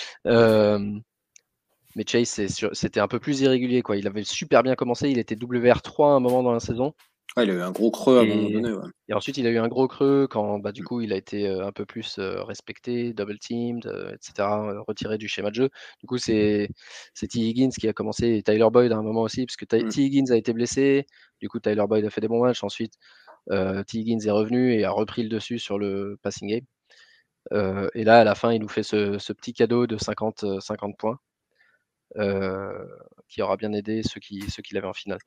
Mais Chase, c'était un peu plus irrégulier, quoi. Il avait super bien commencé, il était WR3 à un moment dans la saison. il a eu un gros creux à un moment donné. Ouais. Et ensuite, il a eu un gros creux quand du coup, il a été un peu plus respecté, double teamed, etc., retiré du schéma de jeu. Du coup, c'est T. Higgins qui a commencé, et Tyler Boyd à un moment aussi, parce que T. Higgins a été blessé. Du coup, Tyler Boyd a fait des bons matchs. Ensuite, T. Higgins est revenu et a repris le dessus sur le passing game. Et là, à la fin, il nous fait ce petit cadeau de 50 points qui aura bien aidé ceux qui l'avaient en finale.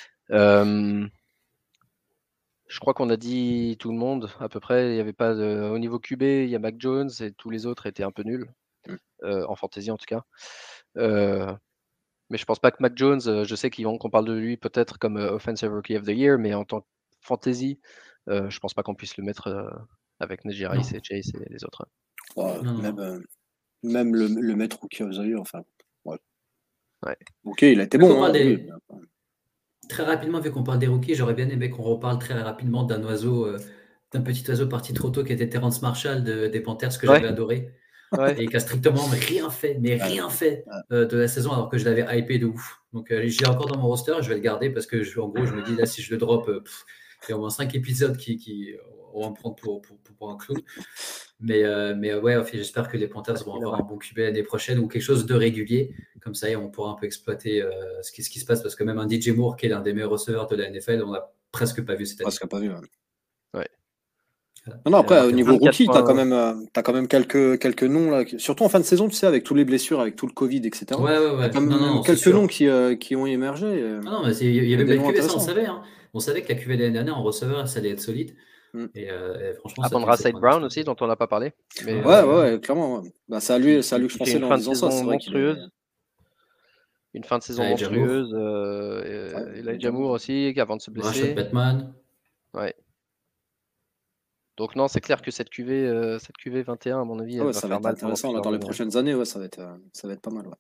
Je crois qu'on a dit tout le monde à peu près. Il y avait pas au niveau QB, il y a Mac Jones et tous les autres étaient un peu nuls en fantasy en tout cas. Mais je pense pas que Mac Jones. Je sais qu'on parle de lui peut-être comme Offensive Rookie of the Year, mais en tant que fantasy, je pense pas qu'on puisse le mettre avec Najee Harris et Chase et les autres. Ouais, même le mettre Rookie of the Year, enfin. Ouais. Ok, il a été bon. Très rapidement, vu qu'on parle des rookies, j'aurais bien aimé qu'on reparle très rapidement d'un petit oiseau parti trop tôt qui était Terrence Marshall des Panthers que j'avais adoré et qui a strictement rien fait de la saison alors que je l'avais hypé de ouf. Donc j'ai encore dans mon roster, je vais le garder parce que en gros je me dis là si je le drop, il y a au moins 5 épisodes qui vont me prendre pour un clown. Mais ouais, j'espère que les Panthers vont avoir un bon QB l'année prochaine ou quelque chose de régulier. Comme ça, on pourra un peu exploiter ce qui se passe parce que même un DJ Moore, qui est l'un des meilleurs receveurs de la NFL, on n'a presque pas vu cette année. Presque pas vu, ouais. Non, après, au niveau rookie, tu as quand même quelques noms, là, surtout en fin de saison, tu sais, avec toutes les blessures, avec tout le Covid, etc. Ouais. Quelques noms qui ont émergé. Non, mais il y avait belle QV, ça, on savait. Hein. On savait que la QV de l'année dernière, en receveur, ça allait être solide. Et franchement, Apprendra Said Brown aussi, dont on n'a pas parlé. Mais, ouais, clairement. Ouais. Bah, c'est à lui que je pensais en disant ça. C'est vrai une fin de saison monstrueuse. Elijah Moore aussi, avant de se blesser. Rashad Bateman. Ouais. Donc non, c'est clair que cette QV 21, à mon avis, elle va ça faire va être intéressant dans les prochaines années. Ouais, ça va être pas mal. Ouais.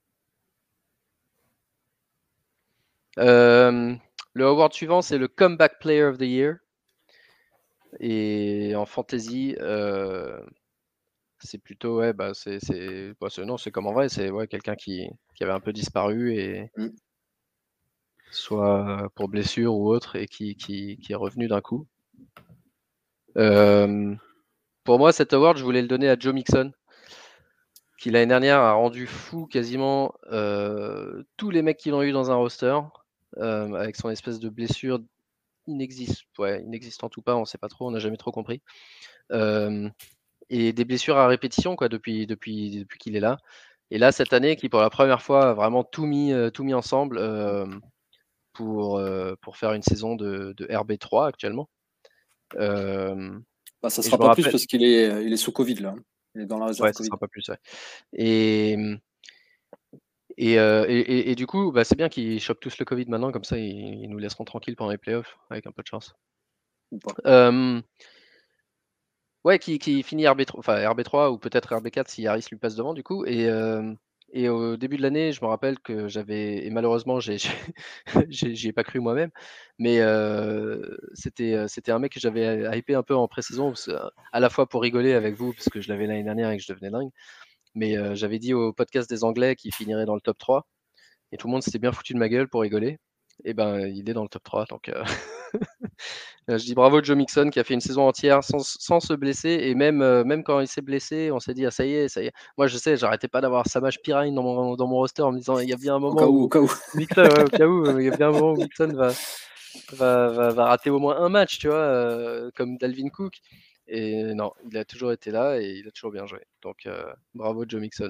Le award suivant, c'est le Comeback Player of the Year. Et en fantasy, c'est plutôt c'est comme en vrai, c'est quelqu'un qui avait un peu disparu et soit pour blessure ou autre et qui est revenu d'un coup. Pour moi, cet award, je voulais le donner à Joe Mixon, qui l'année dernière a rendu fou quasiment tous les mecs qui l'ont eu dans un roster, avec son espèce de blessure inexistante ou pas, on sait pas trop, on n'a jamais trop compris. Et des blessures à répétition depuis qu'il est là. Et là, cette année, qui pour la première fois a vraiment tout mis ensemble pour faire une saison de RB3 actuellement. Ça sera pas plus parce qu'il est sous Covid là. Il est dans la réserve Covid. Ça sera pas plus. Ouais. Et du coup, c'est bien qu'ils chopent tous le Covid maintenant, comme ça ils nous laisseront tranquilles pendant les playoffs avec un peu de chance. Qui finit RB3 ou peut-être RB4 si Harris lui passe devant du coup. Et au début de l'année, je me rappelle que et malheureusement, j'y ai pas cru moi-même, mais c'était un mec que j'avais hypé un peu en pré-saison, à la fois pour rigoler avec vous, parce que je l'avais l'année dernière et que je devenais dingue, mais j'avais dit au podcast des Anglais qu'il finirait dans le top 3, et tout le monde s'était bien foutu de ma gueule pour rigoler. Et il est dans le top 3, donc je dis bravo Joe Mixon qui a fait une saison entière sans se blesser, et même quand il s'est blessé, on s'est dit ça y est. Moi je sais, j'arrêtais pas d'avoir Samaje Perine dans mon roster en me disant il y a bien un moment au cas où. Mixon, au cas où, il y a bien un moment où Mixon va rater au moins un match, tu vois, comme Dalvin Cook. Et non, il a toujours été là et il a toujours bien joué. Donc bravo Joe Mixon.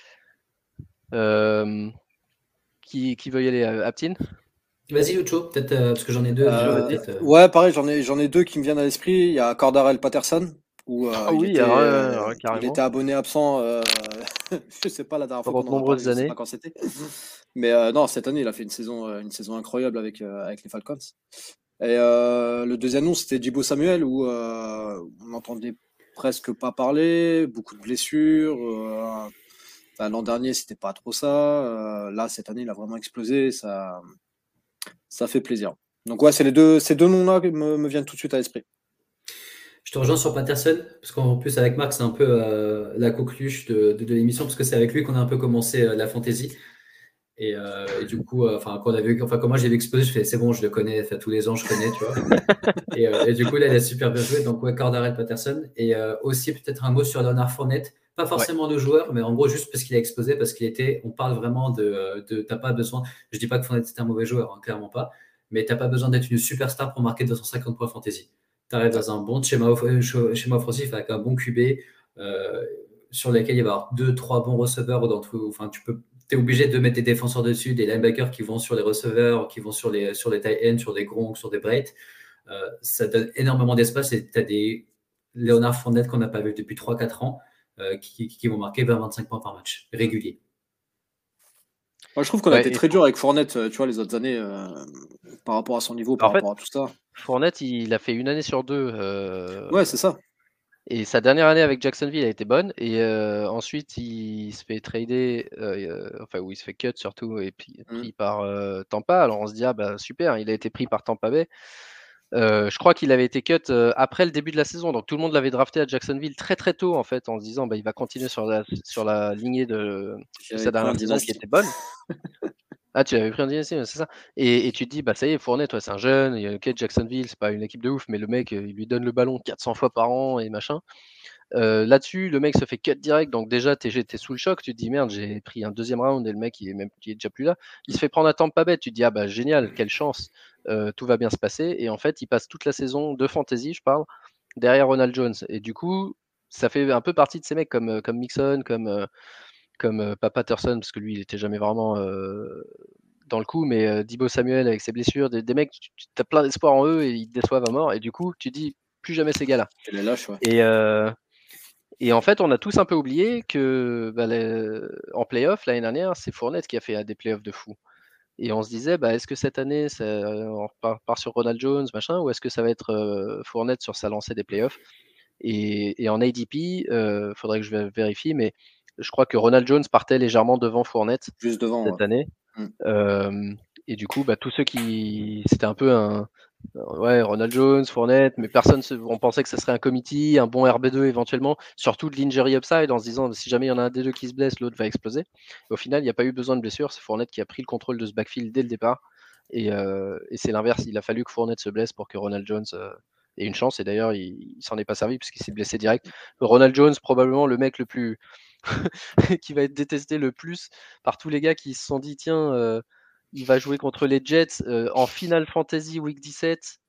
Qui veut y aller, Aptin? Vas-y Lucho, peut-être parce que j'en ai deux. Ouais, pareil, j'en ai deux qui me viennent à l'esprit. Il y a Cordarrelle Patterson où il était abonné absent. Je sais pas la dernière fois qu'on en a parlé, je sais pas quand c'était. Mais non, cette année il a fait une saison incroyable avec les Falcons. Et le deuxième nom c'était Deebo Samuel où on n'entendait presque pas parler, beaucoup de blessures. L'an dernier c'était pas trop ça. Là cette année il a vraiment explosé. Ça fait plaisir. Donc ouais, ces deux noms-là me viennent tout de suite à l'esprit. Je te rejoins sur Patterson, parce qu'en plus avec Marc, c'est un peu la coqueluche de l'émission, parce que c'est avec lui qu'on a un peu commencé la fantasy. Et du coup, quand moi j'ai vu exploser, je fais c'est bon, je le connais, tous les ans je connais, tu vois. Et du coup, là, il a super bien joué. Donc, ouais, Cordarrelle Patterson. Et aussi, peut-être un mot sur Leonard Fournette. Pas forcément le joueur, mais en gros, juste parce qu'il a explosé, parce qu'il était. On parle vraiment t'as pas besoin. Je dis pas que Fournette c'était un mauvais joueur, hein, clairement pas. Mais t'as pas besoin d'être une superstar pour marquer 250 points fantasy. Tu arrives dans un bon schéma offensif avec un bon QB sur lequel il va y avoir 2-3 bons receveurs. Enfin, tu es obligé de mettre des défenseurs dessus, des linebackers qui vont sur les receveurs, qui vont sur les tight ends, sur des Gronk, sur des Breit. Ça donne énormément d'espace et tu as des Léonard Fournette qu'on n'a pas vu depuis 3-4 ans qui vont marquer 20-25 points par match régulier. Moi, je trouve qu'on a été très dur avec Fournette, tu vois, les autres années, par rapport à son niveau, par rapport à tout ça. Fournette, il a fait une année sur 2. Ouais, c'est ça. Et sa dernière année avec Jacksonville a été bonne. Et ensuite, il se fait trader, où il se fait cut surtout, et puis pris par Tampa. Alors on se dit, ah bah super, il a été pris par Tampa Bay. Je crois qu'il avait été cut après le début de la saison. Donc tout le monde l'avait drafté à Jacksonville très très tôt en fait, en se disant bah, il va continuer sur la lignée de sa dernière saison qui était bonne. Ah, tu l'avais pris en dynastie, c'est ça. Et tu te dis, bah ça y est, Fournette, c'est un jeune, ok, Jacksonville, c'est pas une équipe de ouf, mais le mec, il lui donne le ballon 400 fois par an et machin. Là-dessus, le mec se fait cut direct, donc déjà, t'es sous le choc, tu te dis, merde, j'ai pris un deuxième round et le mec, il est déjà plus là. Il se fait prendre à Tampa Bay, tu te dis, ah bah génial, quelle chance, tout va bien se passer. Et en fait, il passe toute la saison de fantasy, je parle, derrière Ronald Jones. Et du coup, ça fait un peu partie de ces mecs comme Mixon, comme pas Patterson, parce que lui, il était jamais vraiment dans le coup, mais Deebo Samuel avec ses blessures, des mecs, tu as plein d'espoir en eux et ils te déçoivent à mort. Et du coup, tu dis plus jamais ces gars-là. Tu les lâches, ouais. Et en fait, on a tous un peu oublié que en playoff, l'année dernière, c'est Fournette qui a fait des playoffs de fou. Et on se disait, bah, est-ce que cette année, on part sur Ronald Jones, machin, ou est-ce que ça va être Fournette sur sa lancée des playoffs? Et en ADP, faudrait que je vérifie, mais je crois que Ronald Jones partait légèrement devant Fournette juste devant, cette année. Et du coup, bah, tous ceux qui. C'était un peu Ronald Jones, Fournette, mais on pensait que ce serait un committee, un bon RB2 éventuellement, surtout de l'injury upside en se disant si jamais il y en a un des deux qui se blesse, l'autre va exploser. Et au final, il n'y a pas eu besoin de blessure, c'est Fournette qui a pris le contrôle de ce backfield dès le départ. Et c'est l'inverse, il a fallu que Fournette se blesse pour que Ronald Jones ait une chance. Et d'ailleurs, il s'en est pas servi puisqu'il s'est blessé direct. Ronald Jones, probablement le mec le plus. qui va être détesté le plus par tous les gars qui se sont dit tiens, il va jouer contre les Jets en Final Fantasy Week 17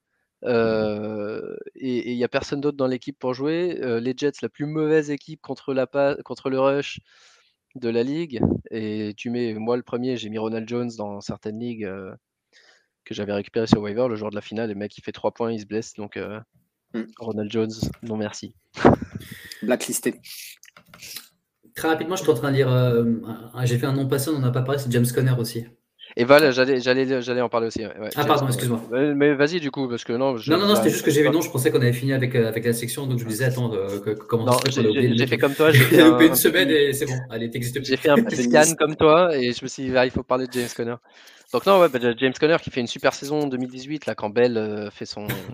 et il n'y a personne d'autre dans l'équipe pour jouer. Les Jets, la plus mauvaise équipe contre le rush de la ligue. Et moi le premier, j'ai mis Ronald Jones dans certaines ligues que j'avais récupéré sur waiver le jour de la finale. Le mec, il fait 3 points, il se blesse. Donc Ronald Jones, non merci. Blacklisté. Très rapidement, je suis en train de lire. J'ai fait un nom passé, on n'en a pas parlé, c'est James Conner aussi. Et voilà, j'allais en parler aussi. Ouais, pardon, excuse-moi. Mais vas-y du coup, parce que non. Non, c'était juste que j'ai vu non, je pensais qu'on avait fini avec la section, donc je me disais, attends, comment ça se fait qu'on a oublié j'ai fait comme toi. J'ai fait une semaine et c'est bon, allez, t'existes plus. J'ai fait un petit scan comme toi et je me suis dit, il faut parler de James Conner. Donc non, James Conner qui fait une super saison en 2018, là, quand Bell fait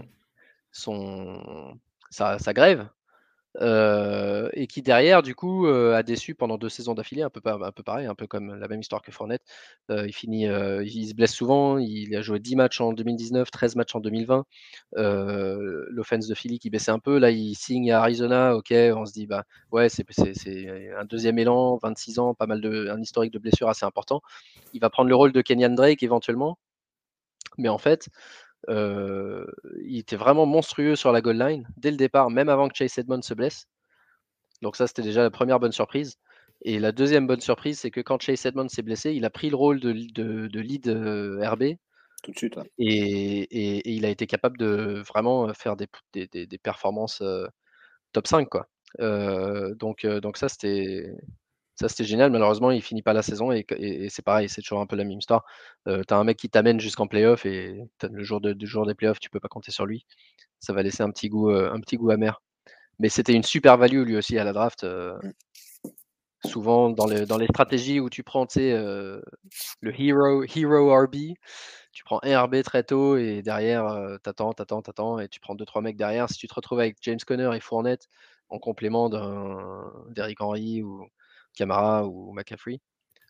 sa grève. Et qui derrière du coup a déçu pendant 2 saisons d'affilée, un peu pareil, un peu comme la même histoire que Fournette. Il se blesse souvent, il a joué 10 matchs en 2019, 13 matchs en 2020. L'offense de Philly qui baissait un peu, là il signe à Arizona, ok, on se dit bah ouais c'est un deuxième élan, 26 ans, un historique de blessures assez important. Il va prendre le rôle de Kenyan Drake éventuellement, mais en fait il était vraiment monstrueux sur la goal line dès le départ, même avant que Chase Edmonds se blesse. Donc ça, c'était déjà la première bonne surprise. Et la deuxième bonne surprise, c'est que quand Chase Edmonds s'est blessé, il a pris le rôle de lead RB. Tout de suite. Ouais. Et il a été capable de vraiment faire des performances top 5. Quoi. Donc ça, c'était génial. Malheureusement, il finit pas la saison et c'est pareil, c'est toujours un peu la même histoire. Tu as un mec qui t'amène jusqu'en playoff et le jour des playoffs, tu peux pas compter sur lui. Ça va laisser un petit goût amer. Mais c'était une super value lui aussi à la draft. Souvent dans les stratégies où tu prends le hero RB, tu prends un RB très tôt et derrière t'attends et tu prends 2-3 mecs derrière. Si tu te retrouves avec James Conner et Fournette en complément d'Eric Henry ou Camara ou McCaffrey,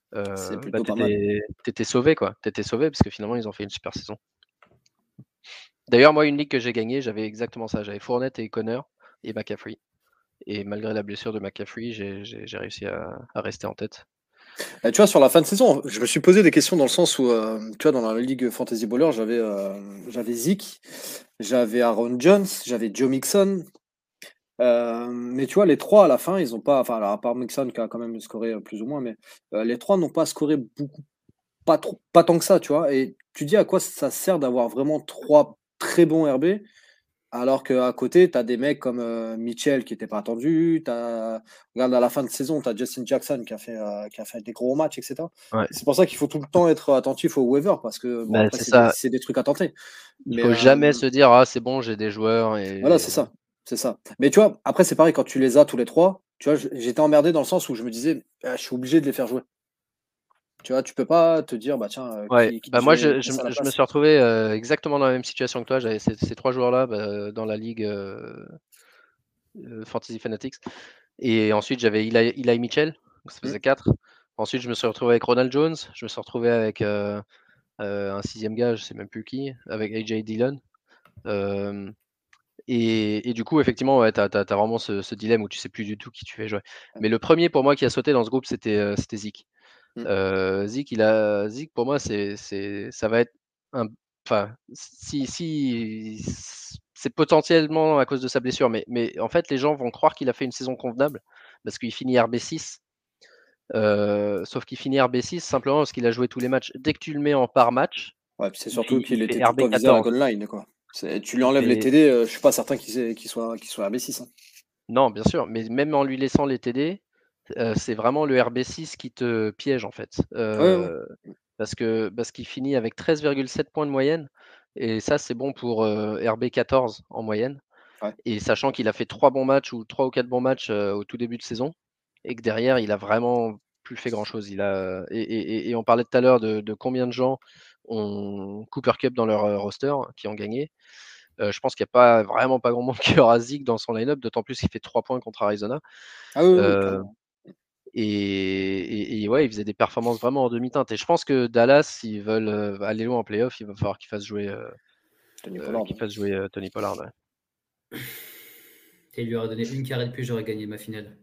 C'est plutôt pas mal. t'étais sauvé, quoi. T'étais sauvé parce que finalement, ils ont fait une super saison. D'ailleurs, moi, une ligue que j'ai gagnée, j'avais exactement ça. J'avais Fournette et Connor et McCaffrey. Et malgré la blessure de McCaffrey, j'ai réussi à rester en tête. Tu vois, sur la fin de saison, je me suis posé des questions dans le sens où, tu vois, dans la ligue Fantasy Baller, j'avais Zeke, j'avais Aaron Jones, j'avais Joe Mixon. Mais tu vois, les trois à la fin, ils ont pas, enfin, alors, à part Mixon qui a quand même scoré plus ou moins, mais les trois n'ont pas scoré beaucoup, pas tant que ça, tu vois. Et tu dis à quoi ça sert d'avoir vraiment trois très bons RB, alors qu'à côté, tu as des mecs comme Mitchell qui n'était pas attendu. Regarde, à la fin de saison, tu as Justin Jackson qui a fait des gros matchs, etc. Ouais. C'est pour ça qu'il faut tout le temps être attentif au waiver, parce que bon, Bah, après, c'est ça. c'est des trucs à tenter. Il Mais faut jamais se dire ah c'est bon, j'ai des joueurs voilà, et c'est ça. C'est ça. Mais tu vois, après, c'est pareil, quand tu les as tous les trois, tu vois, j'étais emmerdé dans le sens où je me disais, ah, je suis obligé de les faire jouer. Tu vois, tu peux pas te dire, bah tiens, ouais. qui Bah je moi vais je placer à la me place. suis retrouvé exactement dans la même situation que toi. J'avais ces trois joueurs-là dans la ligue Fantasy Fanatics. Et ensuite j'avais Eli Mitchell, donc ça Hmm. faisait 4. Ensuite je me suis retrouvé avec Ronald Jones. Je me suis retrouvé avec un sixième gars, je sais même plus qui, avec AJ Dillon. Et du coup, effectivement, ouais, tu as vraiment ce dilemme où tu sais plus du tout qui tu fais jouer. Mais le premier pour moi qui a sauté dans ce groupe, c'était Zeke. Mm. Zeke pour moi, ça va être un, enfin, si c'est potentiellement à cause de sa blessure, mais en fait, les gens vont croire qu'il a fait une saison convenable parce qu'il finit RB6. Sauf qu'il finit RB6 simplement parce qu'il a joué tous les matchs. Dès que tu le mets en par match, Ouais, puis c'est il surtout qu'il fait était tout le temps visé à la RB14. goal line, quoi. Tu lui Il enlèves les fait TD, je suis pas certain qu'il soit RB6. Hein. Non, bien sûr, mais même en lui laissant les TD, c'est vraiment le RB6 qui te piège en fait. Ouais, ouais. Parce qu'il finit avec 13,7 points de moyenne et ça c'est bon pour RB14 en moyenne. Ouais. Et sachant qu'il a fait 3 bons matchs ou 3 ou 4 bons matchs au tout début de saison et que derrière il a vraiment plus fait grand chose. Et on parlait tout à l'heure de combien de gens ont Cooper Cup dans leur roster qui ont gagné. Je pense qu'il n'y a vraiment pas grand monde qui aura Zeke dans son line-up, d'autant plus qu'il fait 3 points contre Arizona. Ah oui, oui, Euh, clairement. et ouais, il faisait des performances vraiment en demi-teinte. Et je pense que Dallas, s'ils veulent aller loin en playoff, il va falloir qu'ils fassent jouer, Tony Pollard. Tony Pollard. Ouais. Et il lui aurait donné une carré de plus, j'aurais gagné ma finale.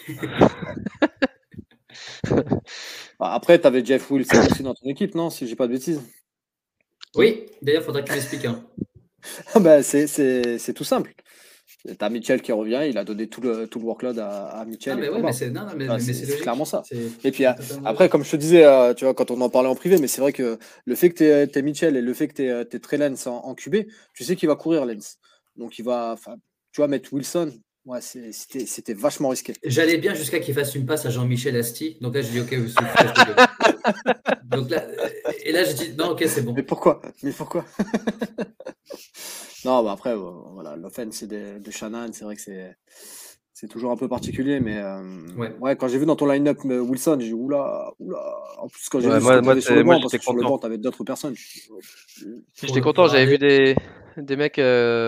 Après, tu avais Jeff Wilson aussi dans ton équipe, non? Si j'ai pas de bêtises. Oui, d'ailleurs, il faudra que tu m'expliques. Hein. Bah, c'est tout simple. T'as Mitchell qui revient, il a donné tout le workload à Mitchell. Ah, mais et ouais, Pollard. mais c'est non, mais C'est logique. clairement ça. C'est Et puis totalement après, logique. comme je te disais, tu vois, quand on en parlait en privé, mais c'est vrai que le fait que tu es Mitchell et le fait que tu es Trey Lance en QB, tu sais qu'il va courir Lance. Donc il va, tu vois, mettre Wilson, ouais, c'était vachement risqué. J'allais bien jusqu'à qu'il fasse une passe à Jean-Michel Asti. Donc là, je dis OK, vous faites les deux. Donc là, et là, je dis non, OK, c'est bon. Mais pourquoi? Non, bah après, voilà, l'offense de Shannon, c'est vrai que c'est toujours un peu particulier, mais ouais, quand j'ai vu dans ton line-up Wilson, j'ai dit oula. En plus, quand j'ai Ouais, vu ce que tu avais sur le moi banc, parce j'étais que sur le content. banc, tu avais d'autres personnes. J'étais content, j'avais vu des mecs,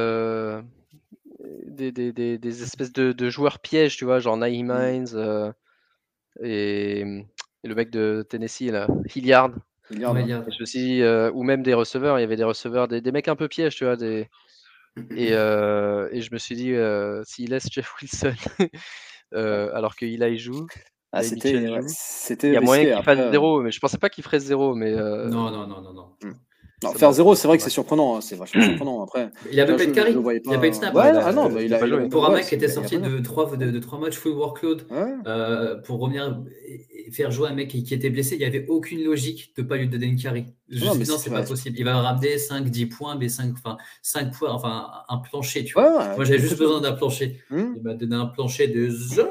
des espèces de joueurs pièges, tu vois, genre Naheem Hines et le mec de Tennessee, là, Hilliard. Ouais, Hein. Et je me suis dit, ou même des receveurs, il y avait des receveurs, des mecs un peu pièges, tu vois, et je me suis dit, s'il laisse Jeff Wilson, alors que Eli joue, Ah, Eli Mitchell ouais, joue, il c'était y a moyen risqué. qu'il fasse Après, 0, mais je pensais pas qu'il ferait 0, mais Non. non, Ça faire va, 0, ça c'est vrai que va. c'est surprenant. Hein, c'est vachement surprenant. Après, Il avait tu vois, pas de je carry. le voyais Il n'y a pas eu de pas. snap. Ouais, Ouais, ah non, il a pas il a joué. même pas. Pour un Ouais, mec qui était il a sorti pas joué. de 3 matchs full workload, Ouais. pour revenir et faire jouer un mec qui était blessé, il n'y avait aucune logique de ne pas lui donner une carry. Je me Non, suis mais dit non, c'est pas possible. Il va ramener 5-10 points, mais 5 points, enfin un plancher, tu vois. ouais, Moi, j'avais juste complètement. besoin d'un plancher. Hmm. Il m'a donné un plancher de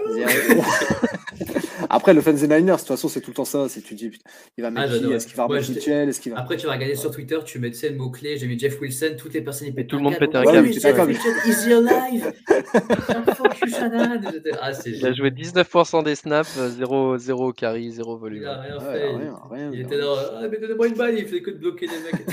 Après, le Fans Niners, de toute façon, c'est tout le temps ça. C'est tu dis, putain, il va Ah, mettre qui? j'adorais. Est-ce qu'il va Moi, remettre Mitchell? Est-ce qu'il va. Après, tu vas regarder sur Twitter, tu mets le mot-clé, j'ai mis Jeff Wilson, toutes les personnes, ils Et pètent tout un le monde câble. pétait un Oui, Ouais, câble. il mais fait un Jeff câble. Wilson, is he alive? Fuck you, Shannon. Ah, c'est Il a joué 19% des snaps, 0 carry, 0 Il volume. a rien Ouais, fait. rien. Il était là, ah, mais donnez-moi une balle, il fait que de bloquer les mecs.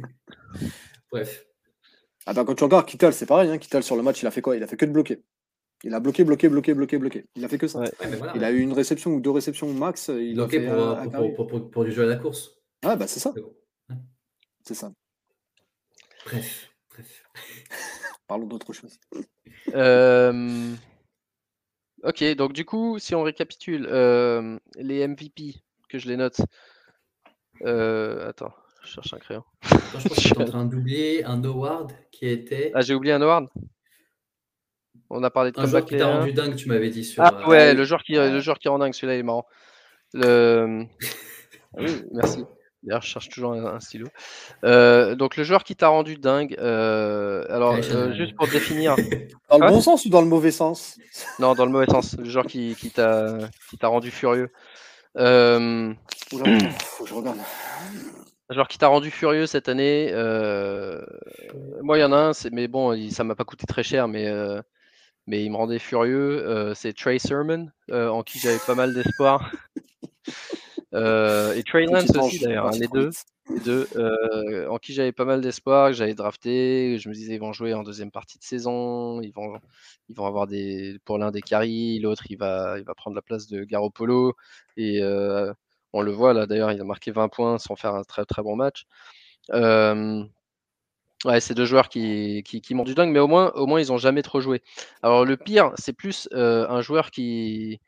Bref. Ah bah, quand tu regardes Kittle, c'est pareil. Hein. Kittle, sur le match, il a fait quoi? Il a fait que de bloquer. Il a bloqué. Il a fait que ça. Ouais. Il a eu une réception ou 2 réceptions max. Il a fait pour du jeu à la course. Ah, bah c'est ça. Ouais. C'est ça. Bref. Parlons d'autre chose. Ok, donc du coup, si on récapitule, les MVP, que je les note. Attends, je cherche un crayon. Attends, je pense que tu es en train d'oublier un award qui était. Ah, j'ai oublié un award. On a parlé de un joueur qui t'a rendu dingue, tu m'avais dit. Sur, ouais, le joueur qui rend dingue, celui-là il est marrant. Oui, merci. D'ailleurs, je cherche toujours un stylo. Donc, le joueur qui t'a rendu dingue. Alors, juste pour définir. Dans le bon sens ou dans le mauvais sens? Non, dans le mauvais sens. Le joueur qui t'a rendu furieux. Oula, faut que je regarde. Un joueur qui t'a rendu furieux cette année. Moi, il y en a un, mais bon, ça m'a pas coûté très cher, mais il me rendait furieux. C'est Trey Sermon, en qui j'avais pas mal d'espoir. Et Trey Lance aussi, d'ailleurs, les deux, en qui j'avais pas mal d'espoir, que j'avais drafté. Je me disais, ils vont jouer en deuxième partie de saison, ils vont avoir pour l'un des carries, l'autre il va prendre la place de Garoppolo. Et on le voit là, d'ailleurs, il a marqué 20 points sans faire un très très bon match. Ouais, c'est deux joueurs qui m'ont du dingue, mais au moins ils ont jamais trop joué. Alors le pire, c'est plus un joueur qui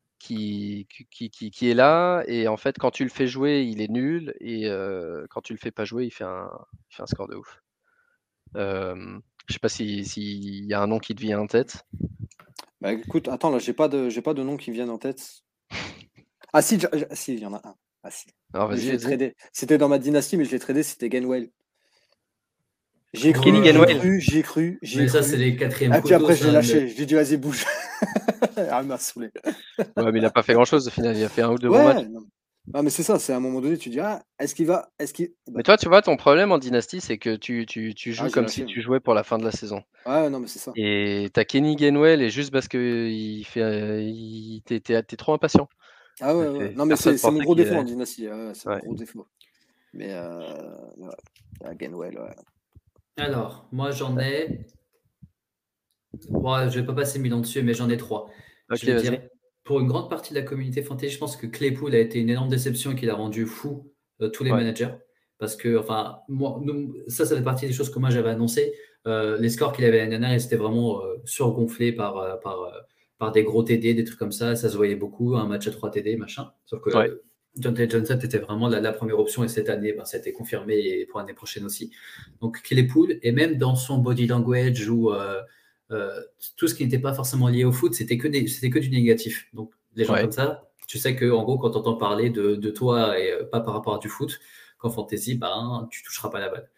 est là, et en fait quand tu le fais jouer il est nul, et quand tu le fais pas jouer il fait un score de ouf. Je sais pas s'il y a un nom qui te vient en tête. Bah écoute, attends, là j'ai pas de nom qui viennent en tête. Ah si, il y en a un. Ah si. Alors vas-y. Tradé. C'était dans ma dynastie, mais je l'ai tradé, c'était Gainwell. J'ai cru. Mais ça, c'est les quatrièmes. Et puis après, je l'ai lâché. J'ai dit, vas-y, bouge. Ah, il m'a saoulé. Ouais, mais il a pas fait grand-chose au final. Il a fait un ou deux bons matchs. Ah, mais c'est ça. C'est à un moment donné, tu dis, est-ce qu'il va. Mais toi, tu vois, ton problème en dynastie, c'est que tu joues comme si tu jouais pour la fin de la saison. Ouais, non, mais c'est ça. Et t'as Kenny Gainwell, et juste parce que t'es trop impatient. Ah ouais. Non, mais c'est mon gros défaut en dynastie. C'est mon gros défaut. Mais Gainwell, ouais. Alors, moi, j'en ai. Bon, je vais pas passer 1000 ans dessus, mais j'en ai 3. Ok, je vais dire, pour une grande partie de la communauté fantasy, je pense que Claypool a été une énorme déception et qu'il a rendu fou tous les managers. Parce que, enfin, moi, ça fait partie des choses que moi j'avais annoncé. Les scores qu'il avait l'année dernière, ils étaient vraiment surgonflés par des gros TD, des trucs comme ça. Ça se voyait beaucoup, un match à 3 TD, machin. Sauf que Diontae Johnson était vraiment la première option, et cette année, ça a été confirmé, et pour l'année prochaine aussi. Donc, Claypool, et même dans son body language ou tout ce qui n'était pas forcément lié au foot, c'était que du négatif. Donc, les gens comme ça, tu sais que en gros, quand tu entends parler de toi et pas par rapport à du foot, qu'en fantasy, tu toucheras pas la balle.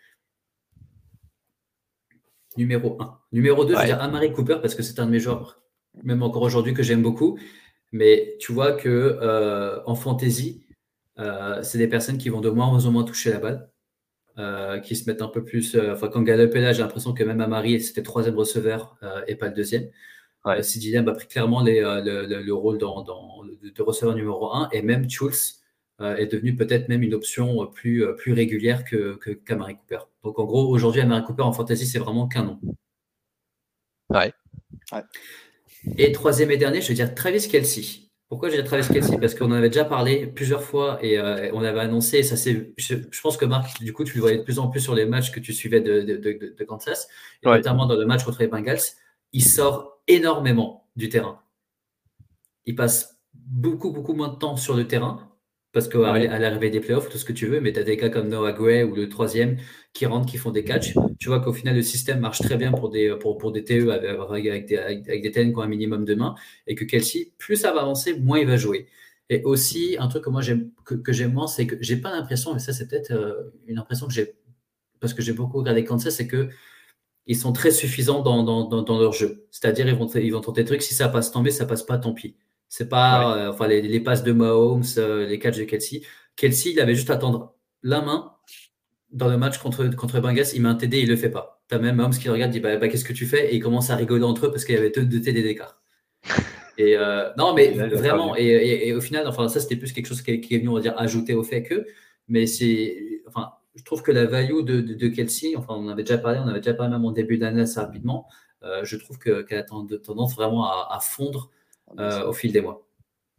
Numéro 1. Numéro 2, je veux dire Amari Cooper, parce que c'est un de mes joueurs, même encore aujourd'hui, que j'aime beaucoup. Mais tu vois que en fantasy, c'est des personnes qui vont de moins en moins toucher la balle. Qui se mettent un peu plus. Quand Gallup est là, j'ai l'impression que même Amari, c'était le troisième receveur et pas le deuxième. CeeDee Lamb a pris clairement le rôle de receveur numéro 1, et même Schultz est devenu peut-être même une option plus régulière qu'Amari Cooper. Donc en gros, aujourd'hui, Amari Cooper en fantasy, c'est vraiment qu'un nom. Ouais. Et troisième et dernier, je vais dire Travis Kelce. Pourquoi j'ai Travis Kelce? Parce qu'on en avait déjà parlé plusieurs fois, et on avait annoncé, je pense que Marc, du coup, tu le voyais de plus en plus sur les matchs que tu suivais de Kansas, et notamment dans le match contre les Bengals. Il sort énormément du terrain. Il passe beaucoup moins de temps sur le terrain, parce qu'à l'arrivée des playoffs, tout ce que tu veux, mais tu as des cas comme Noah Gray ou le troisième qui rentrent, qui font des catchs. Tu vois qu'au final, le système marche très bien pour des TE avec des TN qui ont un minimum de main, et que Kelce, plus ça va avancer, moins il va jouer. Et aussi, un truc que moi que j'aime moins, c'est que j'ai pas l'impression, mais ça c'est peut-être une impression que j'ai, parce que j'ai beaucoup regardé Kansas, c'est que ils sont très suffisants dans leur jeu. C'est-à-dire, ils vont tenter des trucs, si ça passe, tant mieux, ça passe pas, tant pis. C'est pas les passes de Mahomes, les catchs de Kelce. Kelce, il avait juste à tendre la main dans le match contre Bengals, il met un TD, il le fait pas. Tu as même Mahomes qui le regarde, dit qu'est-ce que tu fais, et il commence à rigoler entre eux parce qu'il y avait 2 TD d'écart. Et non, mais vraiment, et au final, ça c'était plus quelque chose qui est venu, on va dire, ajouter au fait que, mais je trouve que la value de Kelce, on en avait déjà parlé même en début d'année assez rapidement, je trouve qu'elle a tendance vraiment à fondre au fil des mois.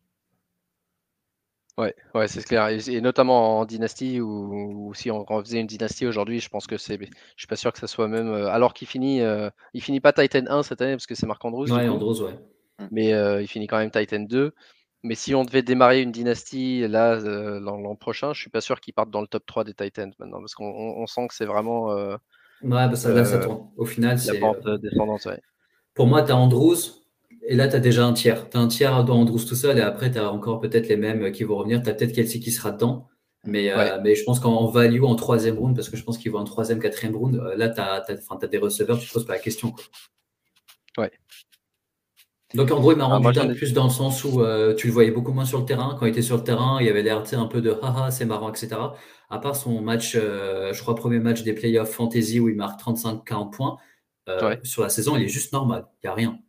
Ouais, c'est clair. Et notamment en dynastie, ou si on faisait une dynastie aujourd'hui, je pense que je suis pas sûr que ça soit même. Alors qu'il finit pas Titan 1 cette année parce que c'est Marc Andrews du Ouais, coup. Andrews, ouais. Mais il finit quand même Titan 2. Mais si on devait démarrer une dynastie là l'an prochain, je suis pas sûr qu'il parte dans le top 3 des Titans maintenant parce qu'on sent que c'est vraiment Ouais, bah ça tourne. Au final, la c'est. pente descendante. Ouais. Pour moi, tu as Andrews, et là, tu as déjà un tiers. Tu as un tiers dans Andrews tout seul, et après, tu as encore peut-être les mêmes qui vont revenir. Tu as peut-être Kelsey qui sera dedans. Mais je pense qu'en value, en troisième round, parce que je pense qu'il va en troisième, quatrième round, là, tu as des receveurs, tu te poses pas la question, quoi. Ouais. Donc, en gros, il m'a rendu moi, dingue plus dans le sens où tu le voyais beaucoup moins sur le terrain. Quand il était sur le terrain, il y avait l'air un peu de haha, c'est marrant, etc. À part son match, je crois, premier match des playoffs fantasy où il marque 35-40 points, sur la saison, il est juste normal. Il n'y a rien.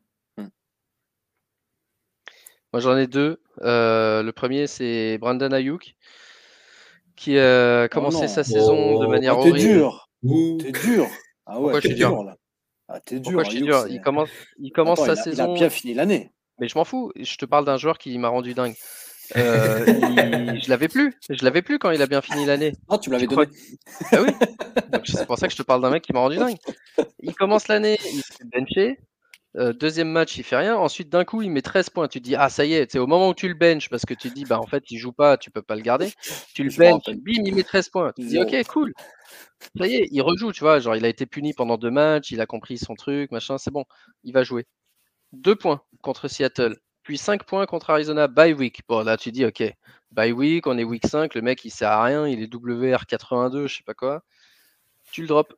Moi, j'en ai deux. Le premier, c'est Brandon Ayuk, qui a commencé sa saison de manière t'es horrible. dur. T'es dur. Ah ouais, Pourquoi je suis dur là. Ah, t'es dur. Pourquoi je suis dur? Il commence sa saison. Il a bien fini l'année. Mais je m'en fous. Je te parle d'un joueur qui m'a rendu dingue. Je l'avais plus quand il a bien fini l'année. Ah, tu me l'avais donné. Ah oui. Donc c'est pour ça que je te parle d'un mec qui m'a rendu dingue. Il commence l'année, il se fait bencher. Deuxième match, il fait rien. Ensuite, d'un coup, il met 13 points. Tu te dis, ah, ça y est, c'est au moment où tu le benches, parce que tu te dis, bah, en fait, il joue pas, tu peux pas le garder. Tu le benches, bim, il met 13 points. Tu te dis, ok, cool. Ça y est, il rejoue, tu vois. Genre, il a été puni pendant 2 matchs, il a compris son truc, machin, c'est bon, il va jouer. 2 points contre Seattle, puis 5 points contre Arizona, bye week. Bon, là, tu dis, ok, bye week, on est week 5, le mec, il sert à rien, il est WR82, je sais pas quoi. Tu le drops.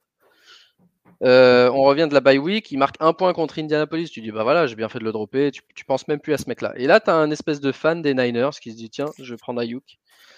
On revient de la bye week, il marque 1 point contre Indianapolis. Tu dis, bah voilà, j'ai bien fait de le dropper. Tu penses même plus à ce mec-là. Et là, tu as un espèce de fan des Niners qui se dit, tiens, je vais prendre Ayuk.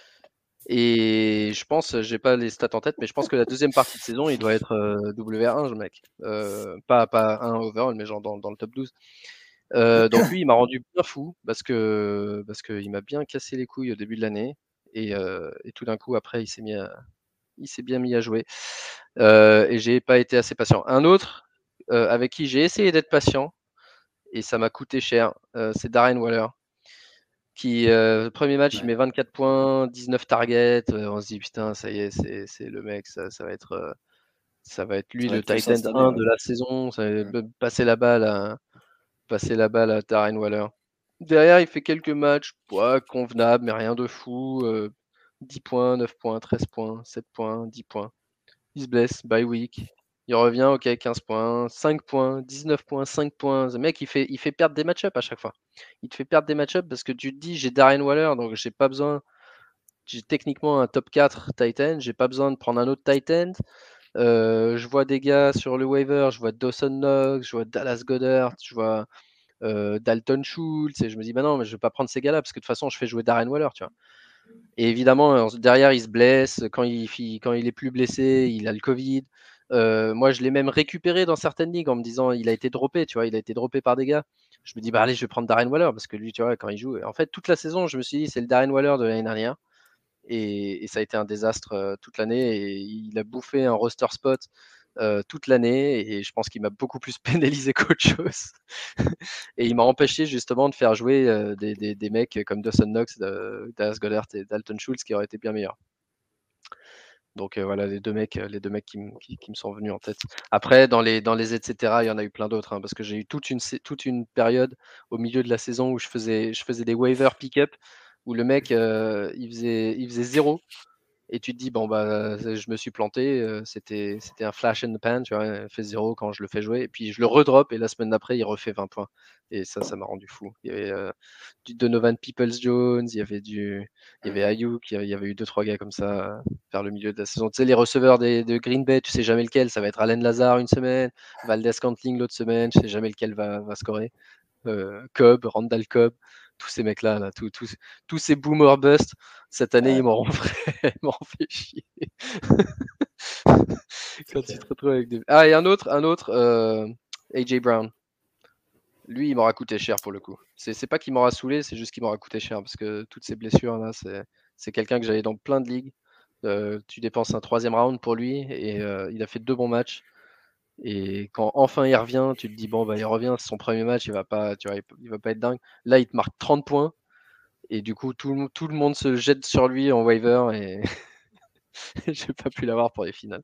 Et je pense, j'ai pas les stats en tête, mais je pense que la deuxième partie de saison, il doit être WR1, le mec. Pas 1 overall, mais genre dans le top 12. Donc lui, il m'a rendu bien fou parce qu'il m'a bien cassé les couilles au début de l'année. Et tout d'un coup, après, il s'est bien mis à jouer. Et j'ai pas été assez patient. Un autre avec qui j'ai essayé d'être patient et ça m'a coûté cher, c'est Darren Waller. Qui, premier match, il met 24 points, 19 targets. On se dit, putain, ça y est, c'est le mec, ça va être lui le Titan 1 de la saison. Ça va passer la balle à Darren Waller. Derrière, il fait quelques matchs convenables, mais rien de fou. 10 points, 9 points, 13 points, 7 points, 10 points. Il se blesse, bye week. Il revient, ok, 15 points, 5 points, 19 points, 5 points. Le mec, il fait perdre des match-ups à chaque fois. Il te fait perdre des match-ups parce que tu te dis, j'ai Darren Waller, donc j'ai pas besoin. J'ai techniquement un top 4 Titan, j'ai pas besoin de prendre un autre Titan. Je vois des gars sur le waiver, je vois Dawson Knox, je vois Dallas Goedert, je vois Dalton Schultz, et je me dis, bah non, mais je vais pas prendre ces gars-là parce que de toute façon, je fais jouer Darren Waller, tu vois. Et évidemment, derrière, il se blesse. Quand il est plus blessé, il a le Covid. Moi, je l'ai même récupéré dans certaines ligues en me disant, il a été droppé, tu vois, il a été droppé par des gars. Je me dis, bah allez, je vais prendre Darren Waller parce que lui, tu vois, quand il joue. En fait, toute la saison, je me suis dit, c'est le Darren Waller de l'année dernière. Et ça a été un désastre toute l'année. Et il a bouffé un roster spot toute l'année. Et je pense qu'il m'a beaucoup plus pénalisé qu'autre chose. Et il m'a empêché justement de faire jouer des mecs comme Dawson Knox, Dallas Goedert et Dalton Schultz qui auraient été bien meilleurs. Donc voilà les deux mecs qui me sont venus en tête. Après, dans les etc., il y en a eu plein d'autres, hein, parce que j'ai eu toute une période au milieu de la saison où je faisais des waiver pick-up où le mec il faisait 0. Et tu te dis, bon, bah, je me suis planté, c'était un flash in the pan, tu vois, il fait 0 quand je le fais jouer, et puis je le redrop, et la semaine d'après, il refait 20 points. Et ça m'a rendu fou. Il y avait du Donovan Peoples-Jones, il y avait Ayuk, il y avait eu 2-3 gars comme ça vers le milieu de la saison. Tu sais, les receveurs de Green Bay, tu sais jamais lequel, ça va être Allen Lazare une semaine, Valdez-Scantling l'autre semaine, tu sais jamais lequel va scorer. Cobb, Randall Cobb, tous ces mecs-là, là, tous ces boomer bust, cette année, ils m'auront fait chier. Quand tu te retrouves avec des. Ah, et un autre, AJ Brown. Lui, il m'aura coûté cher pour le coup. C'est pas qu'il m'aura saoulé, c'est juste qu'il m'aura coûté cher parce que toutes ces blessures là, c'est quelqu'un que j'avais dans plein de ligues. Tu dépenses un 3e round pour lui et il a fait 2 bons matchs. Et quand enfin il revient, tu te dis bon bah il revient, c'est son premier match, il va pas, tu vois, il va pas être dingue. Là, il te marque 30 points et du coup tout le monde se jette sur lui en waiver et j'ai pas pu l'avoir pour les finales.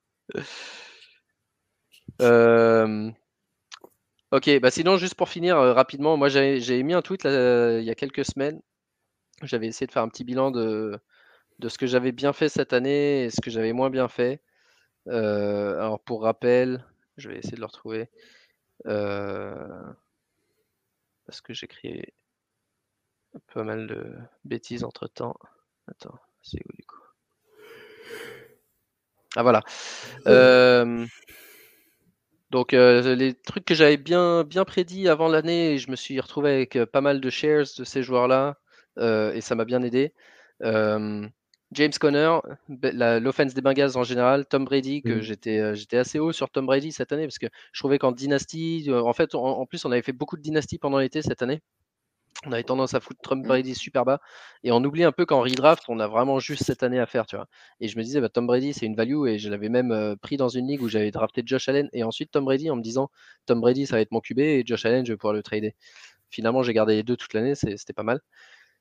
Ok, bah sinon juste pour finir rapidement, moi j'ai mis un tweet là, il y a quelques semaines. J'avais essayé de faire un petit bilan de ce que j'avais bien fait cette année et ce que j'avais moins bien fait. Alors pour rappel, je vais essayer de le retrouver. Parce que j'ai créé pas mal de bêtises entre temps. Attends, c'est où du coup? Ah voilà. Donc les trucs que j'avais bien prédit avant l'année, je me suis retrouvé avec pas mal de shares de ces joueurs-là et ça m'a bien aidé. James Conner, l'offense des Bengals en général, Tom Brady, que j'étais assez haut sur Tom Brady cette année parce que je trouvais qu'en dynastie, en fait, en plus, on avait fait beaucoup de dynasties pendant l'été cette année. On avait tendance à foutre Tom Brady super bas et on oublie un peu qu'en redraft, on a vraiment juste cette année à faire, tu vois. Et je me disais, bah, Tom Brady, c'est une value et je l'avais même pris dans une ligue où j'avais drafté Josh Allen et ensuite Tom Brady en me disant, Tom Brady, ça va être mon QB et Josh Allen, je vais pouvoir le trader. Finalement, j'ai gardé les deux toute l'année, c'était pas mal.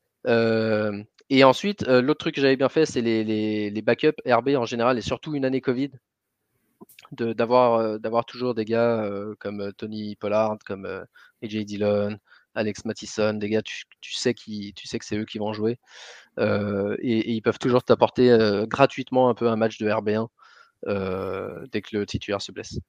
Et ensuite, l'autre truc que j'avais bien fait, c'est les backups RB en général et surtout une année Covid. D'avoir toujours des gars comme Tony Pollard, comme AJ Dillon, Alex Mattison, des gars, tu sais que c'est eux qui vont jouer. Et ils peuvent toujours t'apporter gratuitement un peu un match de RB1 dès que le titulaire se blesse.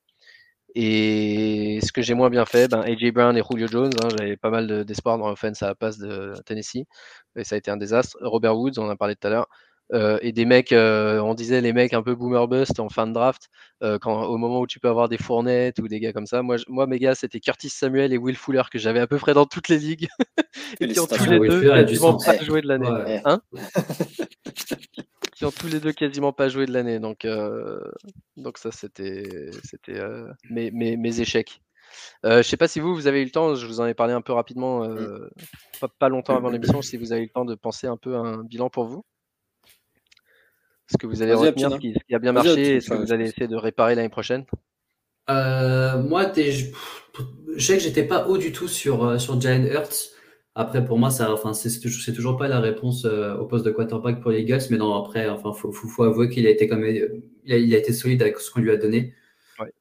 Et ce que j'ai moins bien fait, AJ Brown et Julio Jones, j'avais pas mal d'espoir dans l'offense à la passe de Tennessee, et ça a été un désastre. Robert Woods, on en a parlé tout à l'heure, et des mecs, on disait les mecs un peu boomer bust en fin de draft, au moment où tu peux avoir des Fournette ou des gars comme ça. Moi mes gars, c'était Curtis Samuel et Will Fuller que j'avais à peu près dans toutes les ligues et qui ont tous les deux quasiment pas joué de l'année. Hein qui ont tous les deux quasiment pas joué de l'année. Donc ça, c'était mes échecs. Je sais pas si vous avez eu le temps, je vous en ai parlé un peu rapidement, pas longtemps avant l'émission, si vous avez eu le temps de penser un peu à un bilan pour vous. Ce que vous allez retenir, ce qui a bien marché et ce que vous allez essayer de réparer l'année prochaine. Moi, je sais que j'étais pas haut du tout sur Jalen Hurts. Après, pour moi, c'est toujours pas la réponse au poste de quarterback pour les Eagles, mais non, après, faut avouer qu'il a été quand même, il a été solide avec ce qu'on lui a donné. Ouais.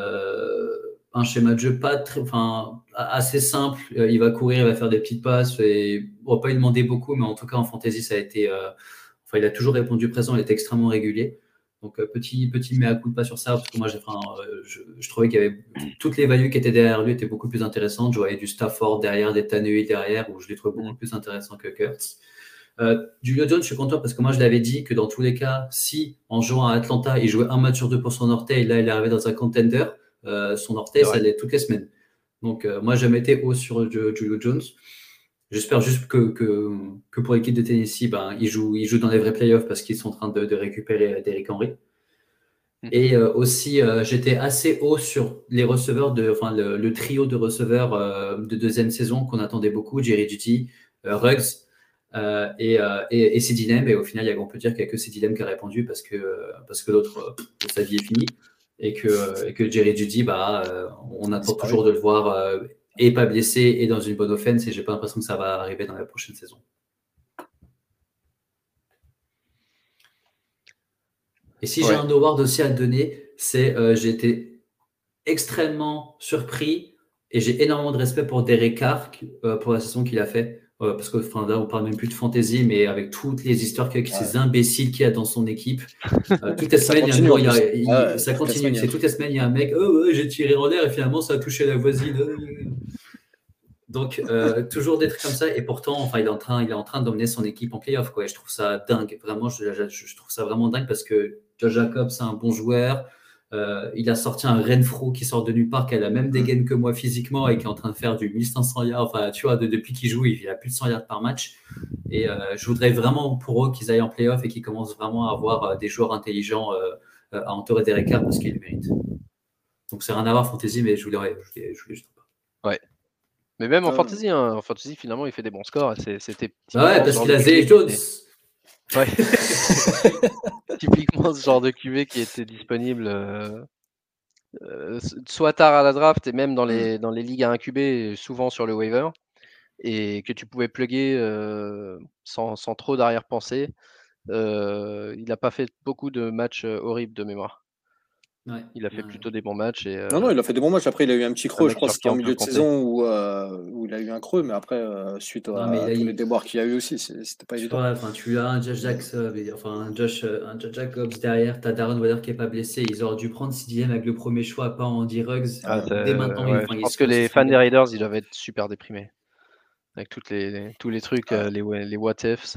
Un schéma de jeu assez simple. Il va courir, il va faire des petites passes et on va pas lui demander beaucoup, mais en tout cas en fantasy, ça a été, il a toujours répondu présent, il était extrêmement régulier. Donc petit mea culpa sur ça, parce que moi je trouvais qu'il y avait toutes les values qui étaient derrière lui étaient beaucoup plus intéressantes. Je voyais du Stafford derrière, des Tannehill derrière, où je les trouvais beaucoup plus intéressants que Kurtz. Julio Jones, je suis content parce que moi je l'avais dit que dans tous les cas, si en jouant à Atlanta, il jouait un match sur deux pour son orteil, là il est arrivé dans un contender, son orteil, ça allait toutes les semaines. Donc moi je mettais haut sur Julio Jones. J'espère juste que pour l'équipe de Tennessee, ils jouent dans les vrais playoffs parce qu'ils sont en train de récupérer Derrick Henry. Et aussi, j'étais assez haut sur les receveurs, le trio de receveurs de deuxième saison qu'on attendait beaucoup, Jerry Jeudy, Ruggs et CeeDee Lamb. Et au final, on peut dire qu'il n'y a que CeeDee Lamb qui a répondu parce que l'autre, sa vie est finie. Et que Jerry Jeudy, on attend toujours de le voir et pas blessé et dans une bonne offense, et j'ai pas l'impression que ça va arriver dans la prochaine saison. Et si j'ai un award aussi à donner, c'est j'ai été extrêmement surpris et j'ai énormément de respect pour Derek Carr pour la saison qu'il a fait. Parce que là, on parle même plus de fantasy, mais avec toutes les histoires avec ces imbéciles qu'il y a dans son équipe, toutes les semaines, ça continue. C'est toutes les semaines, il y a un mec, j'ai tiré en l'air et finalement, ça a touché la voisine. Donc, toujours des trucs comme ça. Et pourtant, il est en train d'emmener son équipe en playoff, quoi. Et je trouve ça dingue. Vraiment, je trouve ça vraiment dingue parce que Josh Jacobs, c'est un bon joueur. Il a sorti un Renfro qui sort de nulle part, qui a la même dégaine que moi physiquement et qui est en train de faire du 1500 yards. Tu vois, depuis qu'il joue, il a plus de 100 yards par match. Et je voudrais vraiment pour eux qu'ils aillent en playoff et qu'ils commencent vraiment à avoir des joueurs intelligents à entourer Derek Carr parce qu'ils le méritent. Donc, c'est rien à voir fantasy, mais je voulais juste pas. Ouais. Mais même en fantasy, en fantasy, finalement, il fait des bons scores. C'était parce qu'il a Zay Jones. Ouais. Typiquement ce genre de QB qui était disponible soit tard à la draft et même dans Mm. dans les ligues à incuber, souvent sur le waiver, et que tu pouvais plugger sans trop d'arrière-pensée. Il n'a pas fait beaucoup de matchs horribles de mémoire. Ouais. Il a fait plutôt des bons matchs et Non, il a fait des bons matchs. Après, il a eu un petit un creux. Je mec crois que sur c'était qui en on peut milieu de compter. saison où il a eu un creux. Mais après, suite Non, mais à là, tous les déboires qu'il y a eu aussi, c'était pas tu évident. vois, enfin, tu as un Josh Jackson, un Josh Jacobs derrière, tu as Darren Waller qui n'est pas blessé. Ils auraient dû prendre CDM avec le premier choix, pas Andy Ruggs. Ah, Dès maintenant, ouais, je pense que les fans des Raiders, ils doivent être super déprimés. Avec tous les trucs, les what ifs.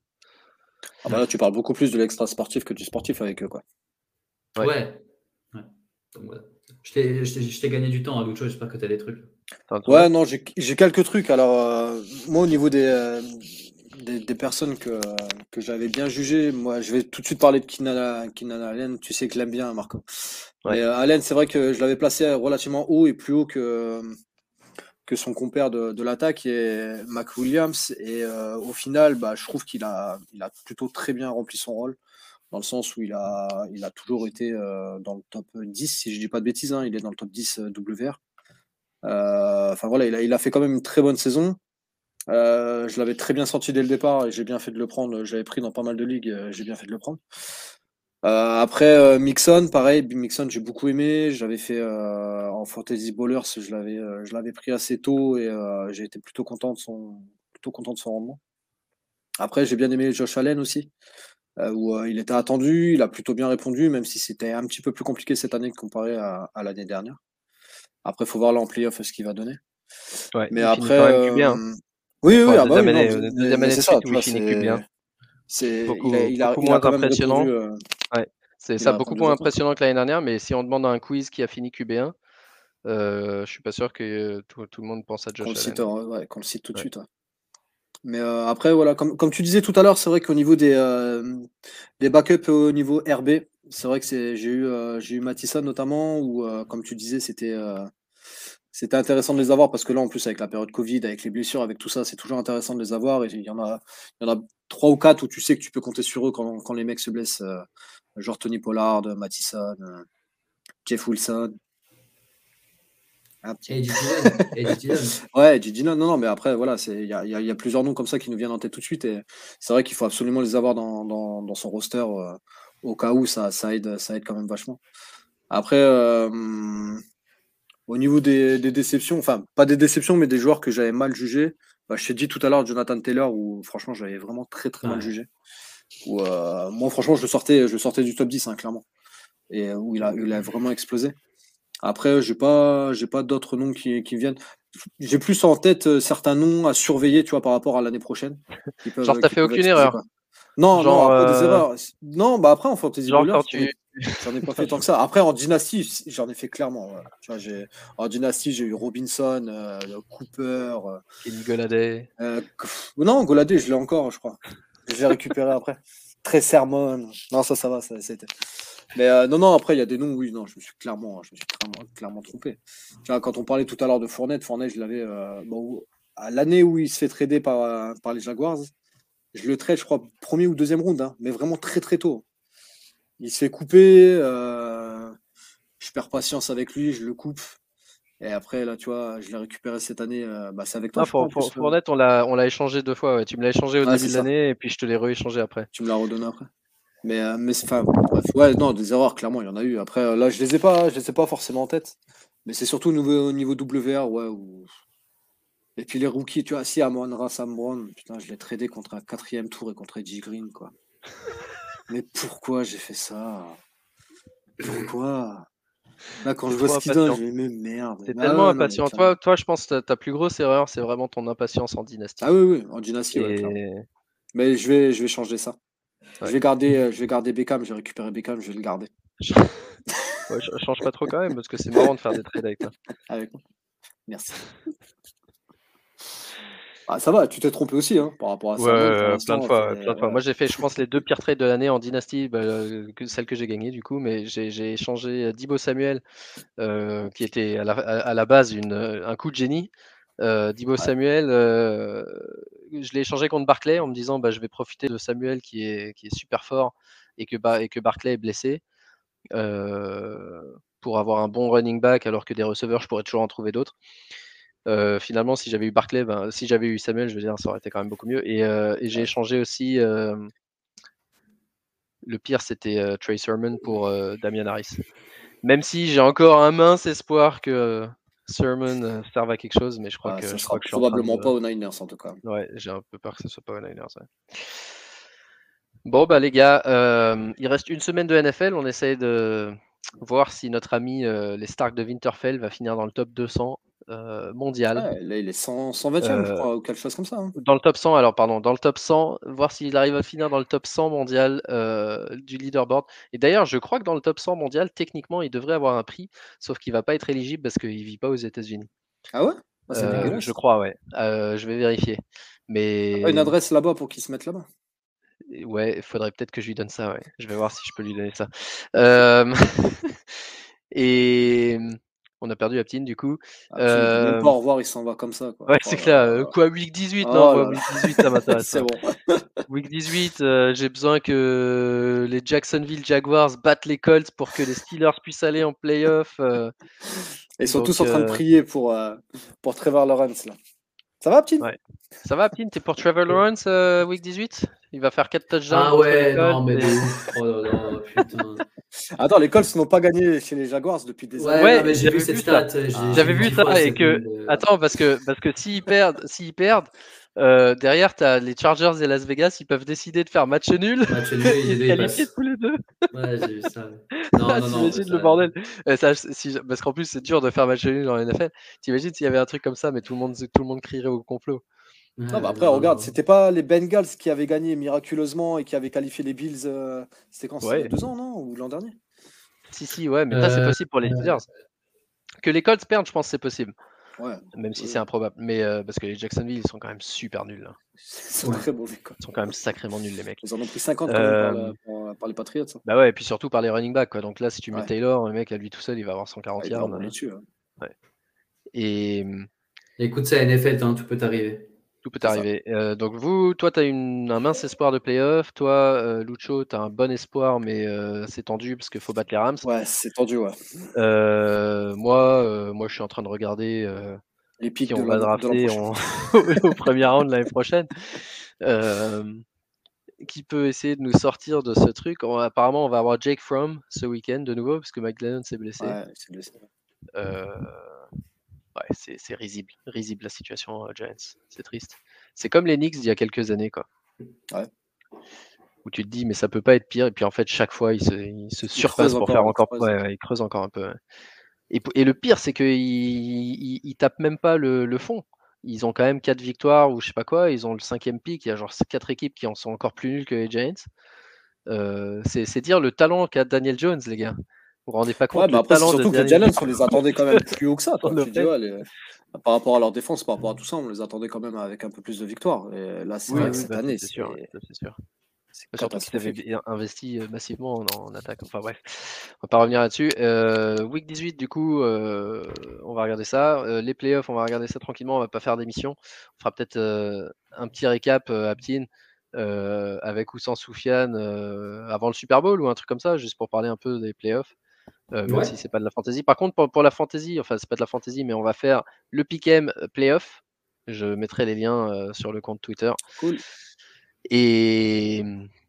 Ah bah là, tu parles beaucoup plus de l'extra sportif que du sportif avec eux, quoi. Ouais. Donc, voilà. Je t'ai gagné du temps, Lucho, j'espère que tu as des trucs. Ouais, non, j'ai quelques trucs. Alors, moi, au niveau des personnes que j'avais bien jugées, moi, je vais tout de suite parler de Keenan Allen. Tu sais que je l'aime bien, Marco. Ouais. Mais Allen, c'est vrai que je l'avais placé relativement haut et plus haut que son compère de l'attaque, et Mac Williams. Et au final, bah, je trouve qu'il a plutôt très bien rempli son rôle, dans le sens où il a toujours été dans le top 10, si je dis pas de bêtises, hein, il est dans le top 10 WR. Enfin voilà, il a fait quand même une très bonne saison. Je l'avais très bien senti dès le départ et j'ai bien fait de le prendre. J'avais pris dans pas mal de ligues, j'ai bien fait de le prendre. Après, Mixon, pareil, Mixon, j'ai beaucoup aimé. J'avais fait en Fantasy Ballers, je l'avais pris assez tôt et j'ai été plutôt content de son rendement. Après, j'ai bien aimé Josh Allen aussi, où il était attendu, il a plutôt bien répondu, même si c'était un petit peu plus compliqué cette année comparé à l'année dernière. Après, il faut voir là en playoff ce qu'il va donner. Ouais, Mais il finit après, quand même QB1. oui, Pour oui, la ah bah oui, non, deuxième mais année c'est de ça, suite tu où il vois, finit QB1. Beaucoup il a moins quand même impressionnant. répondu. Ouais, c'est Il ça, a beaucoup répondu aux moins attentes. impressionnant que l'année dernière, mais si on demande à un quiz qui a fini QB1, je suis pas sûr que tout le monde pense à Qu'on Josh le Allen. cite, ouais, qu'on le cite tout de Ouais. suite. Ouais. Mais après, voilà, comme tu disais tout à l'heure, c'est vrai qu'au niveau des backups au niveau RB, c'est vrai que j'ai eu Mathison notamment, où, comme tu disais, c'était intéressant de les avoir parce que là, en plus, avec la période Covid, avec les blessures, avec tout ça, c'est toujours intéressant de les avoir. Et il y en a 3 ou 4 où tu sais que tu peux compter sur eux quand les mecs se blessent, genre Tony Pollard, Mathison, Jeff Wilson. Eddie Dillon. Ouais, Eddie Dillon, non, mais après, voilà, il y a plusieurs noms comme ça qui nous viennent en tête tout de suite. Et c'est vrai qu'il faut absolument les avoir dans son roster, au cas où ça aide quand même vachement. Après, au niveau des déceptions, enfin, pas des déceptions, mais des joueurs que j'avais mal jugés, bah, je t'ai dit tout à l'heure Jonathan Taylor, où franchement, j'avais vraiment très très mal Ouais. jugé. Où, moi, franchement, je le sortais du top 10, hein, clairement. Et où il a vraiment explosé. Après, j'ai pas d'autres noms qui me viennent. J'ai plus en tête certains noms à surveiller, tu vois, par rapport à l'année prochaine, Genre, t'as fait aucune exploser, erreur. quoi. Non, non, Genre, après des erreurs. Non, bah après en Fantasy genre Bowler, quand tu. j'en ai pas fait tant que ça. Après en Dynasty, j'en ai fait clairement. Ouais. Tu vois, en Dynasty, j'ai eu Robinson, Cooper. Kenny Golladay. Non, Goladé, je l'ai encore, je crois. Je l'ai récupéré après. Très sermon. Non, ça va, c'était. Mais non, après, il y a des noms, oui, non, je me suis clairement trompé. Tu vois, quand on parlait tout à l'heure de Fournette, je l'avais. À l'année où il se fait trader par les Jaguars, je le trade, je crois, premier ou deuxième round, hein, mais vraiment très très tôt. Il se fait couper, je perds patience avec lui, je le coupe. Et après, là, tu vois, je l'ai récupéré cette année. C'est avec toi, Ah, je crois, en plus. Fournette, on l'a échangé 2 fois. Ouais. Tu me l'as échangé au Ouais, début c'est de ça. l'année et puis je te l'ai rééchangé après. Tu me l'as redonné après. Mais enfin, bref, ouais, non, des erreurs, clairement, il y en a eu. Après, là, je les ai pas forcément en tête. Mais c'est surtout au niveau WR, ouais. Et puis les rookies, tu vois, si Amon-Ra Sam Brown, putain, je l'ai tradé contre un 4e tour et contre Eddie Green, quoi. Mais pourquoi j'ai fait ça? Pourquoi? Là, quand T'es je vois trop ce qu'il donne, impatient. je me merde. T'es Bah tellement ouais, non, mais impatient. clairement. Toi, je pense que ta plus grosse erreur, c'est vraiment ton impatience en Ah dynastie. oui, oui, en Dynasty, ouais, clairement. Et Mais je vais changer ça. ouais. Je vais garder Beckham, j'ai récupéré Beckham, je vais le garder. Ouais, change pas trop quand même, parce que c'est marrant de faire des trades avec toi. Avec moi. Merci. Ah, ça va, tu t'es trompé aussi, hein, par rapport à Samon pour Plein de l'instant. fois, plein de fois. Ouais. Moi, j'ai fait, je pense, les 2 pires trades de l'année en dynastie, celle que j'ai gagnée du coup, mais j'ai échangé Deebo Samuel, qui était à la base un coup de génie. Deebo Ouais. Samuel, je l'ai échangé contre Barclay en me disant, je vais profiter de Samuel qui est super fort et que Barclay est blessé. pour avoir un bon running back, alors que des receveurs, je pourrais toujours en trouver d'autres. Finalement, si j'avais eu Barkley, si j'avais eu Samuel, je veux dire, ça aurait été quand même beaucoup mieux. Et j'ai échangé aussi. Le pire, c'était Trey Sermon pour Damian Harris. Même si j'ai encore un mince espoir que Sermon serve à quelque chose, mais je crois que ça je sera suis probablement pas aux Niners en tout cas. Ouais, j'ai un peu peur que ce soit pas aux Niners. Ouais. Bon, les gars, il reste une semaine de NFL. On essaye de voir si notre ami les Stark de Winterfell va finir dans le top 200 mondial. Ouais, là, il est 120e, je crois, ou quelque chose comme ça. Hein. Dans le top 100, alors pardon, dans le top 100, voir s'il arrive à finir dans le top 100 mondial du leaderboard. Et d'ailleurs, je crois que dans le top 100 mondial, techniquement, il devrait avoir un prix, sauf qu'il va pas être éligible parce qu'il vit pas aux États-Unis. Ah ouais? C'est dégueulasse. Je crois, ouais. Je vais vérifier. Mais une adresse là-bas pour qu'il se mette là-bas. Ouais, il faudrait peut-être que je lui donne ça, ouais. Je vais voir si je peux lui donner ça. Et on a perdu Aptine, du coup. Il peut même pas au revoir, il s'en va comme ça. Quoi. Ouais, c'est clair. Quoi, Week 18? Non, Week 18, ça m'intéresse. C'est bon. Week 18, j'ai besoin que les Jacksonville Jaguars battent les Colts pour que les Steelers puissent aller en playoff. Ils sont tous en train de prier pour Trevor Lawrence, là. Ça va, Aptine? Ouais. Ça va, Aptine? T'es pour Trevor Lawrence, Week 18? Il va faire 4 touchdowns. Ah ouais, non, mais oh là là, putain. Attends, les Colts n'ont pas gagné chez les Jaguars depuis des années. Ouais, mais j'ai vu cette stat. J'avais vu ça et que. Attends, parce que s'ils perdent, derrière, tu as les Chargers et Las Vegas, ils peuvent décider de faire match nul et se qualifier tous les deux. Ouais, j'ai vu ça. Non. T'imagines le bordel. Parce qu'en plus, c'est dur de faire match nul dans la NFL. T'imagines s'il y avait un truc comme ça, mais tout le monde crierait au complot. Non, bah après, regarde, c'était pas les Bengals qui avaient gagné miraculeusement et qui avaient qualifié les Bills. C'était quand? C'était il y a 2 ans, non? Ou l'an dernier? Si, ouais, mais ça, c'est possible pour les Steelers. Que les Colts perdent, je pense que c'est possible. Ouais. Même si c'est improbable. Mais parce que les Jacksonville, ils sont quand même super nuls. Là. Ils sont très mauvais. Quoi. Ils sont quand même sacrément nuls, les mecs. Ils en ont pris 50 quand même par les Patriots. Hein. Bah ouais, et puis surtout par les running backs. Quoi. Donc là, si tu mets Taylor, le mec, à lui tout seul, il va avoir 140 yards. Dessus, hein. Ouais. Et écoute, ça, NFL, hein, tout peut arriver. Tout peut arriver. Donc toi, tu as un mince espoir de playoff. Toi, Lucho, tu as un bon espoir, mais c'est tendu parce qu'il faut battre les Rams. Ouais, c'est tendu, ouais. Moi, je suis en train de regarder les pics qui on va drafter au premier round l'année prochaine. Qui peut essayer de nous sortir de ce truc. Apparemment, on va avoir Jake Fromm ce week-end de nouveau, parce que Mike Glennon s'est blessé. Ouais, c'est blessé. Ouais, c'est risible la situation Giants. C'est triste. C'est comme les Knicks d'il y a quelques années, quoi. Ouais. Où tu te dis, mais ça peut pas être pire. Et puis en fait, chaque fois, ils se surpassent pour faire encore. Ils creusent encore un peu. Ouais. Et le pire, c'est qu'ils tapent même pas le fond. Ils ont quand même 4 victoires ou je sais pas quoi. Ils ont le 5e pick. Il y a genre 4 équipes qui en sont encore plus nulles que les Giants. C'est dire le talent qu'a Daniel Jones, les gars. Vous vous rendez pas compte le talent surtout que les Giants, on les attendait quand même plus haut que ça. Tu dis, par rapport à leur défense, par rapport à tout ça, on les attendait quand même avec un peu plus de victoires. Et là, c'est vrai que cette année, c'est sûr. Surtout qu'ils avaient investi massivement en attaque. Enfin bref, on va pas revenir là-dessus. Week 18, du coup, on va regarder ça. Les playoffs, on va regarder ça tranquillement. On va pas faire d'émission. On fera peut-être un petit récap, Aptine, avec ou sans Soufiane avant le Super Bowl ou un truc comme ça, juste pour parler un peu des playoffs. Même si c'est pas de la fantasy. Par contre, pour la fantasy, enfin c'est pas de la fantasy, mais on va faire le pick-em playoff. Je mettrai les liens sur le compte Twitter. Cool. Et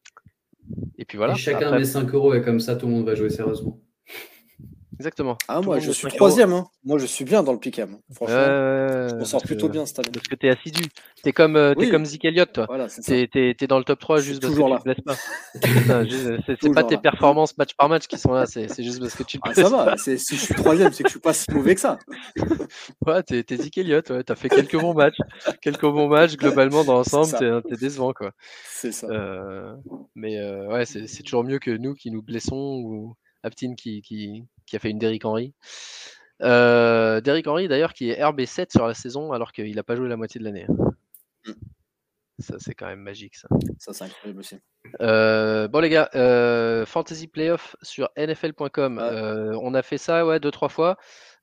puis voilà. Et chacun met 5 € et comme ça tout le monde va jouer sérieusement. Exactement. Ah, moi je suis 3e. Hein. Moi je suis bien dans le pick-em. Franchement, je m'en sors plutôt bien cette année. Parce que t'es assidu. T'es comme Zeke Elliott, toi. Voilà, c'est ça. T'es dans le top 3 juste parce que tu te blesses pas. C'est pas tes performances match par match qui sont là, c'est juste parce que tu te blesses. Ça va, si je suis 3e, c'est que je suis pas si mauvais que ça. Ouais, t'es Zeke Elliott, ouais. T'as fait quelques bons matchs. Globalement, dans l'ensemble, t'es décevant, quoi. C'est ça. Mais ouais, c'est toujours mieux que nous qui nous blessons ou Aptine qui a fait une Derrick Henry. Derrick Henry, d'ailleurs, qui est RB7 sur la saison alors qu'il n'a pas joué la moitié de l'année. Ça, c'est quand même magique, ça. Ça, c'est incroyable aussi. Bon, les gars, Fantasy Playoff sur NFL.com. On a fait ça 2-3 fois.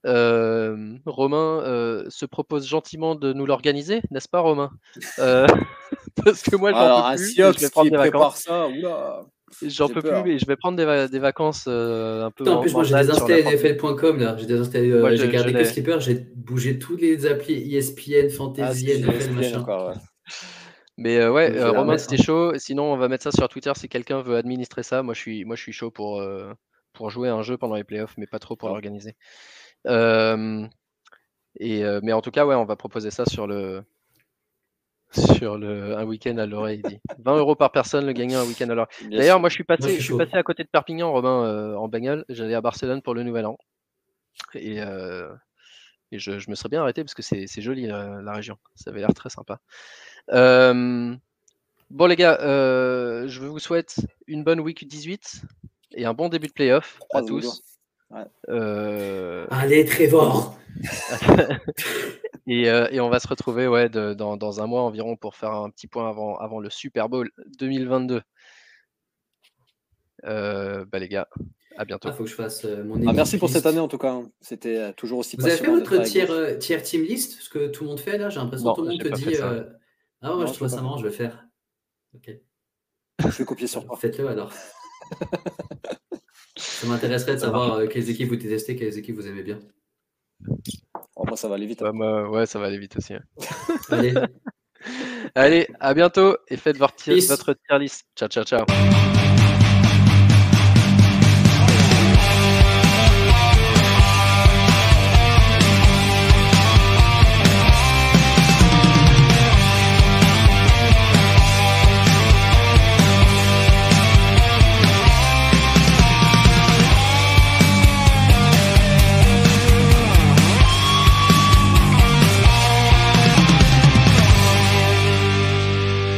Romain se propose gentiment de nous l'organiser, n'est-ce pas, Romain? Parce que moi, j'en peux plus. Alors, un Sioux qui prépare ça, oula. J'en peux plus, mais je vais prendre des vacances un peu. En plus, moi j'ai désinstallé NFL.com là. J'ai désinstallé, j'ai gardé que Skipper. J'ai bougé toutes les applis ESPN, Fantasy, NFL, machin. Encore, ouais. Mais ouais, Romain, c'était chaud. Sinon, on va mettre ça sur Twitter si quelqu'un veut administrer ça. Moi, je suis chaud pour jouer à un jeu pendant les playoffs, mais pas trop pour l'organiser. Mais en tout cas, ouais, on va proposer ça sur un week-end à l'oreille. 20 € par personne, le gagnant un week-end à l'oreille. D'ailleurs, moi, je suis passé à côté de Perpignan, Romain, en bagnole. J'allais à Barcelone pour le Nouvel An. Et je me serais bien arrêté parce que c'est joli la région. Ça avait l'air très sympa. Bon les gars, je vous souhaite une bonne week 18 et un bon début de playoff à tous. Ouais. Allez Trevor. et on va se retrouver dans un mois environ pour faire un petit point avant le Super Bowl 2022. Les gars, à bientôt. Faut que je fasse mon équipe. Merci pour cette année en tout cas. C'était toujours aussi passionnant. Vous avez fait votre tier team list, ce que tout le monde fait là? J'ai l'impression que tout le monde te dit. Ah ouais, je trouve ça marrant, je vais faire. Ok. Je vais copier sur toi. Faites-le alors. Ça m'intéresserait de savoir quelles équipes vous détestez, quelles équipes vous aimez bien. Oh, moi ça va aller vite. Ouais, ça va aller vite aussi. Allez. Allez, à bientôt et faites votre tier list. Ciao, ciao, ciao.